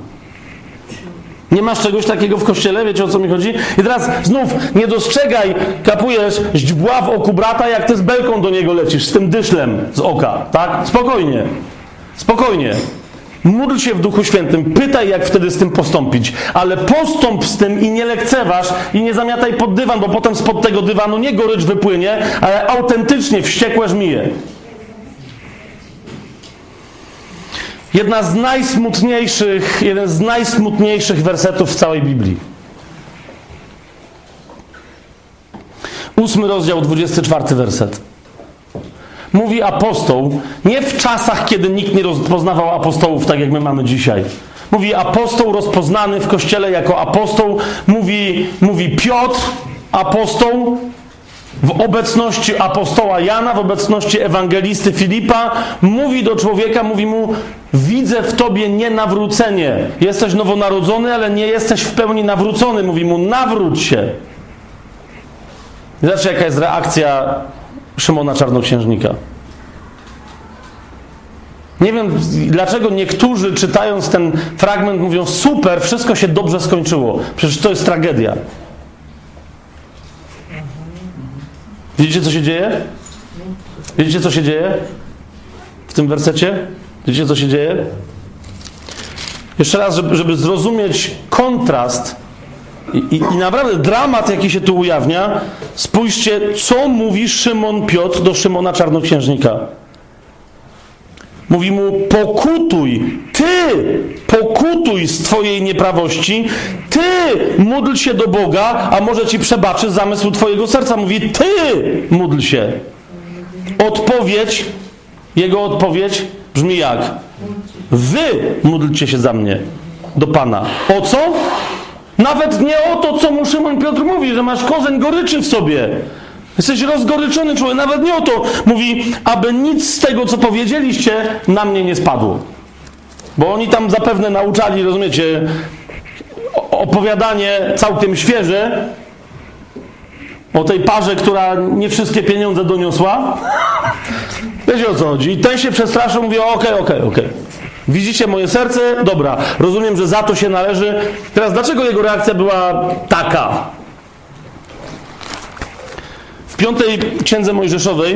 Nie masz czegoś takiego w Kościele? Wiecie, o co mi chodzi? I teraz znów nie dostrzegaj, kapujesz, źdźbła w oku brata, jak ty z belką do niego lecisz, z tym dyszlem z oka. Tak? Spokojnie. Spokojnie. Módl się w Duchu Świętym, pytaj, jak wtedy z tym postąpić, ale postąp z tym i nie lekceważ i nie zamiataj pod dywan, bo potem spod tego dywanu nie gorycz wypłynie, ale autentycznie wściekłe żmije. Jedna z najsmutniejszych, jeden z najsmutniejszych wersetów w całej Biblii. Ósmy rozdział, dwudziesty czwarty werset. Mówi apostoł, nie w czasach, kiedy nikt nie rozpoznawał apostołów, tak jak my mamy dzisiaj. Mówi apostoł rozpoznany w Kościele jako apostoł. Mówi, mówi Piotr, apostoł, w obecności apostoła Jana, w obecności ewangelisty Filipa. Mówi do człowieka, mówi mu, widzę w tobie nienawrócenie. Jesteś nowonarodzony, ale nie jesteś w pełni nawrócony. Mówi mu, nawróć się. Zobaczcie, jaka jest reakcja Szymona Czarnoksiężnika. Nie wiem, dlaczego niektórzy, czytając ten fragment, mówią, super, wszystko się dobrze skończyło. Przecież to jest tragedia. Widzicie, co się dzieje? Widzicie, co się dzieje w tym wersecie? Wiecie, co się dzieje? Jeszcze raz, żeby, żeby zrozumieć kontrast i, i, i naprawdę dramat, jaki się tu ujawnia, spójrzcie, co mówi Szymon Piotr do Szymona Czarnoksiężnika. Mówi mu, pokutuj, ty pokutuj z twojej nieprawości, ty módl się do Boga, a może ci przebaczy zamysł twojego serca. Mówi, ty módl się. Odpowiedź, jego odpowiedź brzmi jak? Wy módlcie się za mnie, do Pana. O co? Nawet nie o to, co mu Szymon Piotr mówi, że masz korzeń goryczy w sobie. Jesteś rozgoryczony człowiek, nawet nie o to. Mówi, aby nic z tego, co powiedzieliście, na mnie nie spadło. Bo oni tam zapewne nauczali, rozumiecie, opowiadanie całkiem świeże o tej parze, która nie wszystkie pieniądze doniosła. Wiecie, o co chodzi. I ten się przestraszył, mówi, okej, okej, okej. Widzicie moje serce? Dobra, rozumiem, że za to się należy. Teraz dlaczego jego reakcja była taka? W piątej Księdze Mojżeszowej,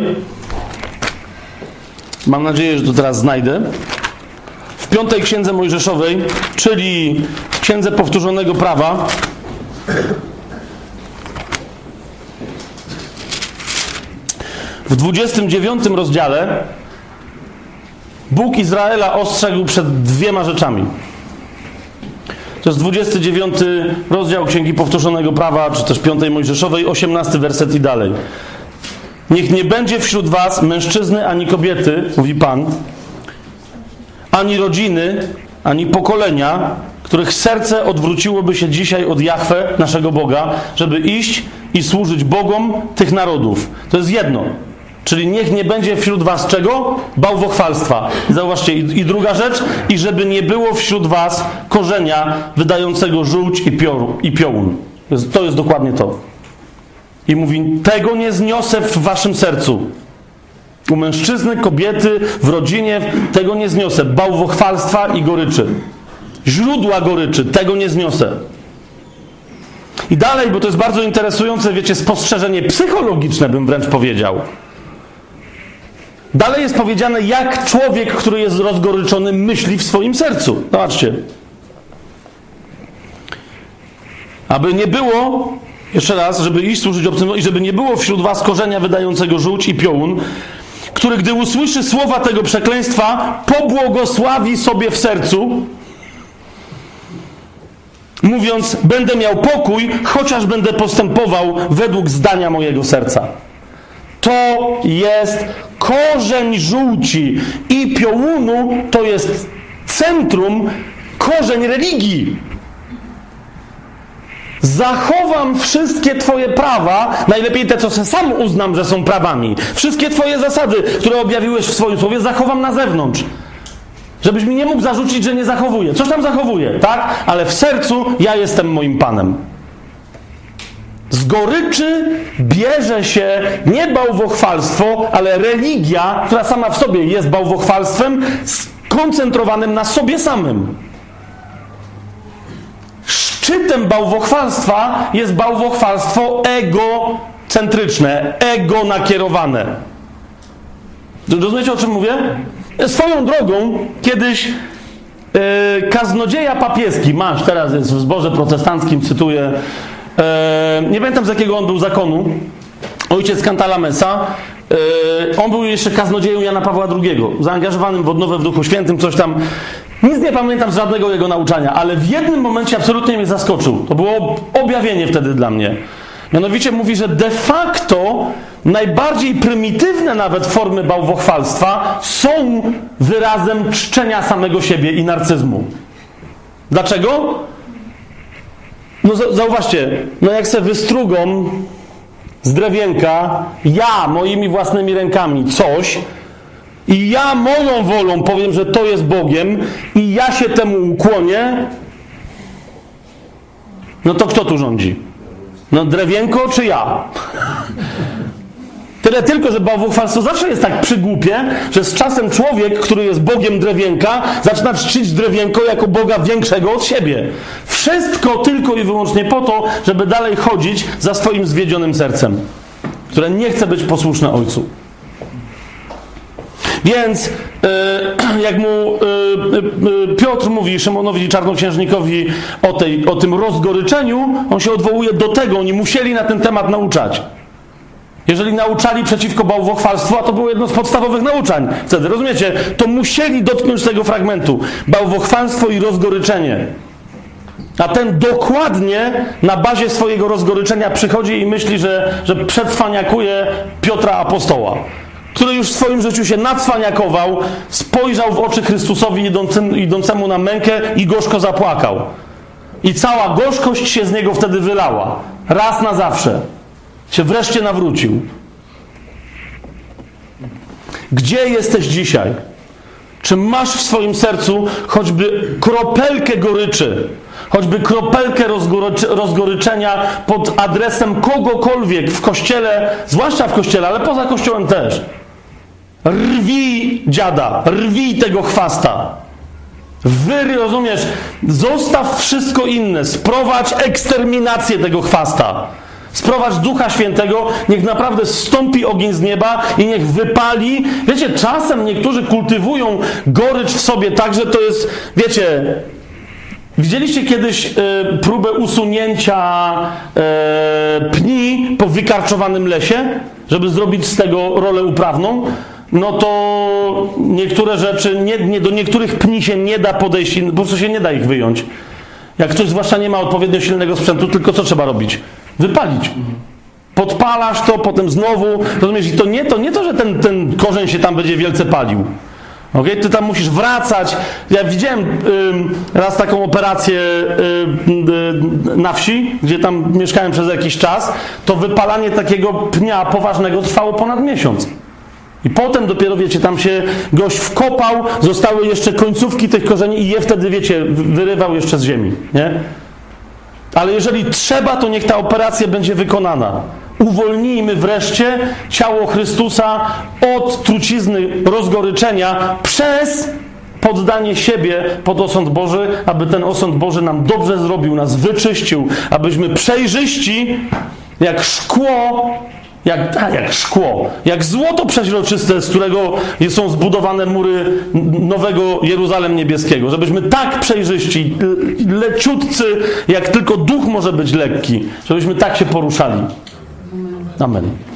mam nadzieję, że to teraz znajdę, w piątej Księdze Mojżeszowej, czyli w Księdze Powtórzonego Prawa, w dwudziestym dziewiątym rozdziale Bóg Izraela ostrzegł przed dwiema rzeczami. To jest dwudziesty dziewiąty rozdział Księgi Powtórzonego Prawa, czy też piątej Mojżeszowej, osiemnasty werset i dalej. Niech nie będzie wśród was mężczyzny ani kobiety, mówi Pan, ani rodziny, ani pokolenia, których serce odwróciłoby się dzisiaj od Jahwe, naszego Boga, żeby iść i służyć Bogom tych narodów. To jest jedno. Czyli niech nie będzie wśród was czego? Bałwochwalstwa. Zauważcie, i, i druga rzecz, i żeby nie było wśród was korzenia wydającego żółć i, pioru, i piołun. To jest, to jest dokładnie to. I mówi, tego nie zniosę w waszym sercu. U mężczyzny, kobiety, w rodzinie, tego nie zniosę. Bałwochwalstwa i goryczy. Źródła goryczy, tego nie zniosę. I dalej, bo to jest bardzo interesujące, wiecie, spostrzeżenie psychologiczne, bym wręcz powiedział. Dalej jest powiedziane, jak człowiek, który jest rozgoryczony, myśli w swoim sercu. Zobaczcie. Aby nie było, jeszcze raz, żeby iść służyć obcym, i żeby nie było wśród was korzenia wydającego żółć i piołun, który, gdy usłyszy słowa tego przekleństwa, pobłogosławi sobie w sercu, mówiąc, będę miał pokój, chociaż będę postępował według zdania mojego serca. To jest korzeń żółci i piołunu, to jest centrum, korzeń religii. Zachowam wszystkie twoje prawa, najlepiej te, co sam uznam, że są prawami. Wszystkie twoje zasady, które objawiłeś w swoim słowie, zachowam na zewnątrz. Żebyś mi nie mógł zarzucić, że nie zachowuję. Coś tam zachowuję, tak? Ale w sercu ja jestem moim Panem. Z goryczy bierze się nie bałwochwalstwo, ale religia, która sama w sobie jest bałwochwalstwem, skoncentrowanym na sobie samym. Szczytem bałwochwalstwa jest bałwochwalstwo egocentryczne, ego nakierowane. Rozumiecie, o czym mówię? Swoją drogą, kiedyś yy, kaznodzieja papieski, masz, teraz jest w zborze protestanckim, cytuję, yy, nie pamiętam z jakiego on był zakonu, ojciec Cantalamessa, yy, on był jeszcze kaznodzieją Jana Pawła drugiego, zaangażowanym w odnowę w Duchu Świętym, coś tam. Nic nie pamiętam z żadnego jego nauczania, ale w jednym momencie absolutnie mnie zaskoczył. To było objawienie wtedy dla mnie. Mianowicie mówi, że de facto najbardziej prymitywne nawet formy bałwochwalstwa są wyrazem czczenia samego siebie i narcyzmu. Dlaczego? No zauważcie, no jak se wystrugą z drewienka ja moimi własnymi rękami coś i ja moją wolą powiem, że to jest Bogiem i ja się temu ukłonię, no to kto tu rządzi? No drewienko czy ja? Tyle tylko, że bałwochwalstwo zawsze jest tak przygłupie, że z czasem człowiek, który jest Bogiem drewienka, zaczyna czcić drewienko jako Boga większego od siebie. Wszystko tylko i wyłącznie po to, żeby dalej chodzić za swoim zwiedzionym sercem, które nie chce być posłuszne Ojcu. Więc yy, jak mu yy, yy, Piotr mówi Szymonowi Czarnoksiężnikowi o, tej, o tym rozgoryczeniu, on się odwołuje do tego, oni musieli na ten temat nauczać. Jeżeli nauczali przeciwko bałwochwalstwu, a to było jedno z podstawowych nauczań wtedy, rozumiecie? To musieli dotknąć tego fragmentu. Bałwochwalstwo i rozgoryczenie. A ten dokładnie na bazie swojego rozgoryczenia przychodzi i myśli, że, że przetwaniakuje Piotra Apostoła, który już w swoim życiu się nacwaniakował, spojrzał w oczy Chrystusowi idącym, idącemu na mękę i gorzko zapłakał. I cała gorzkość się z niego wtedy wylała. Raz na zawsze. Się wreszcie nawrócił. Gdzie jesteś dzisiaj? Czy masz w swoim sercu choćby kropelkę goryczy, choćby kropelkę rozgoryczy, rozgoryczenia pod adresem kogokolwiek w kościele, zwłaszcza w kościele, ale poza kościołem też? Rwij dziada, rwij tego chwasta. Wy, rozumiesz, zostaw wszystko inne, sprowadź eksterminację tego chwasta. Sprowadź Ducha Świętego, niech naprawdę zstąpi ogień z nieba i niech wypali. Wiecie, czasem niektórzy kultywują gorycz w sobie tak, że to jest, wiecie, widzieliście kiedyś y, próbę usunięcia y, pni po wykarczowanym lesie, żeby zrobić z tego rolę uprawną? No to niektóre rzeczy, nie, nie, do niektórych pni się nie da podejść, po prostu się nie da ich wyjąć. Jak ktoś zwłaszcza nie ma odpowiednio silnego sprzętu, tylko co trzeba robić? Wypalić. Podpalasz to, potem znowu, rozumiesz, i to nie to, nie to że ten, ten korzeń się tam będzie wielce palił. Okay? Ty tam musisz wracać. Ja widziałem y, raz taką operację y, y, na wsi, gdzie tam mieszkałem przez jakiś czas. To wypalanie takiego pnia poważnego trwało ponad miesiąc. I potem dopiero, wiecie, tam się gość wkopał, zostały jeszcze końcówki tych korzeni i je wtedy, wiecie, wyrywał jeszcze z ziemi, nie? Ale jeżeli trzeba, to niech ta operacja będzie wykonana. Uwolnijmy wreszcie ciało Chrystusa od trucizny rozgoryczenia przez poddanie siebie pod osąd Boży, aby ten osąd Boży nam dobrze zrobił, nas wyczyścił, abyśmy przejrzyści jak szkło, jak, a, jak szkło, jak złoto przeźroczyste, z którego są zbudowane mury nowego Jeruzalem niebieskiego. Żebyśmy tak przejrzyści, leciutcy, jak tylko duch może być lekki, żebyśmy tak się poruszali. Amen.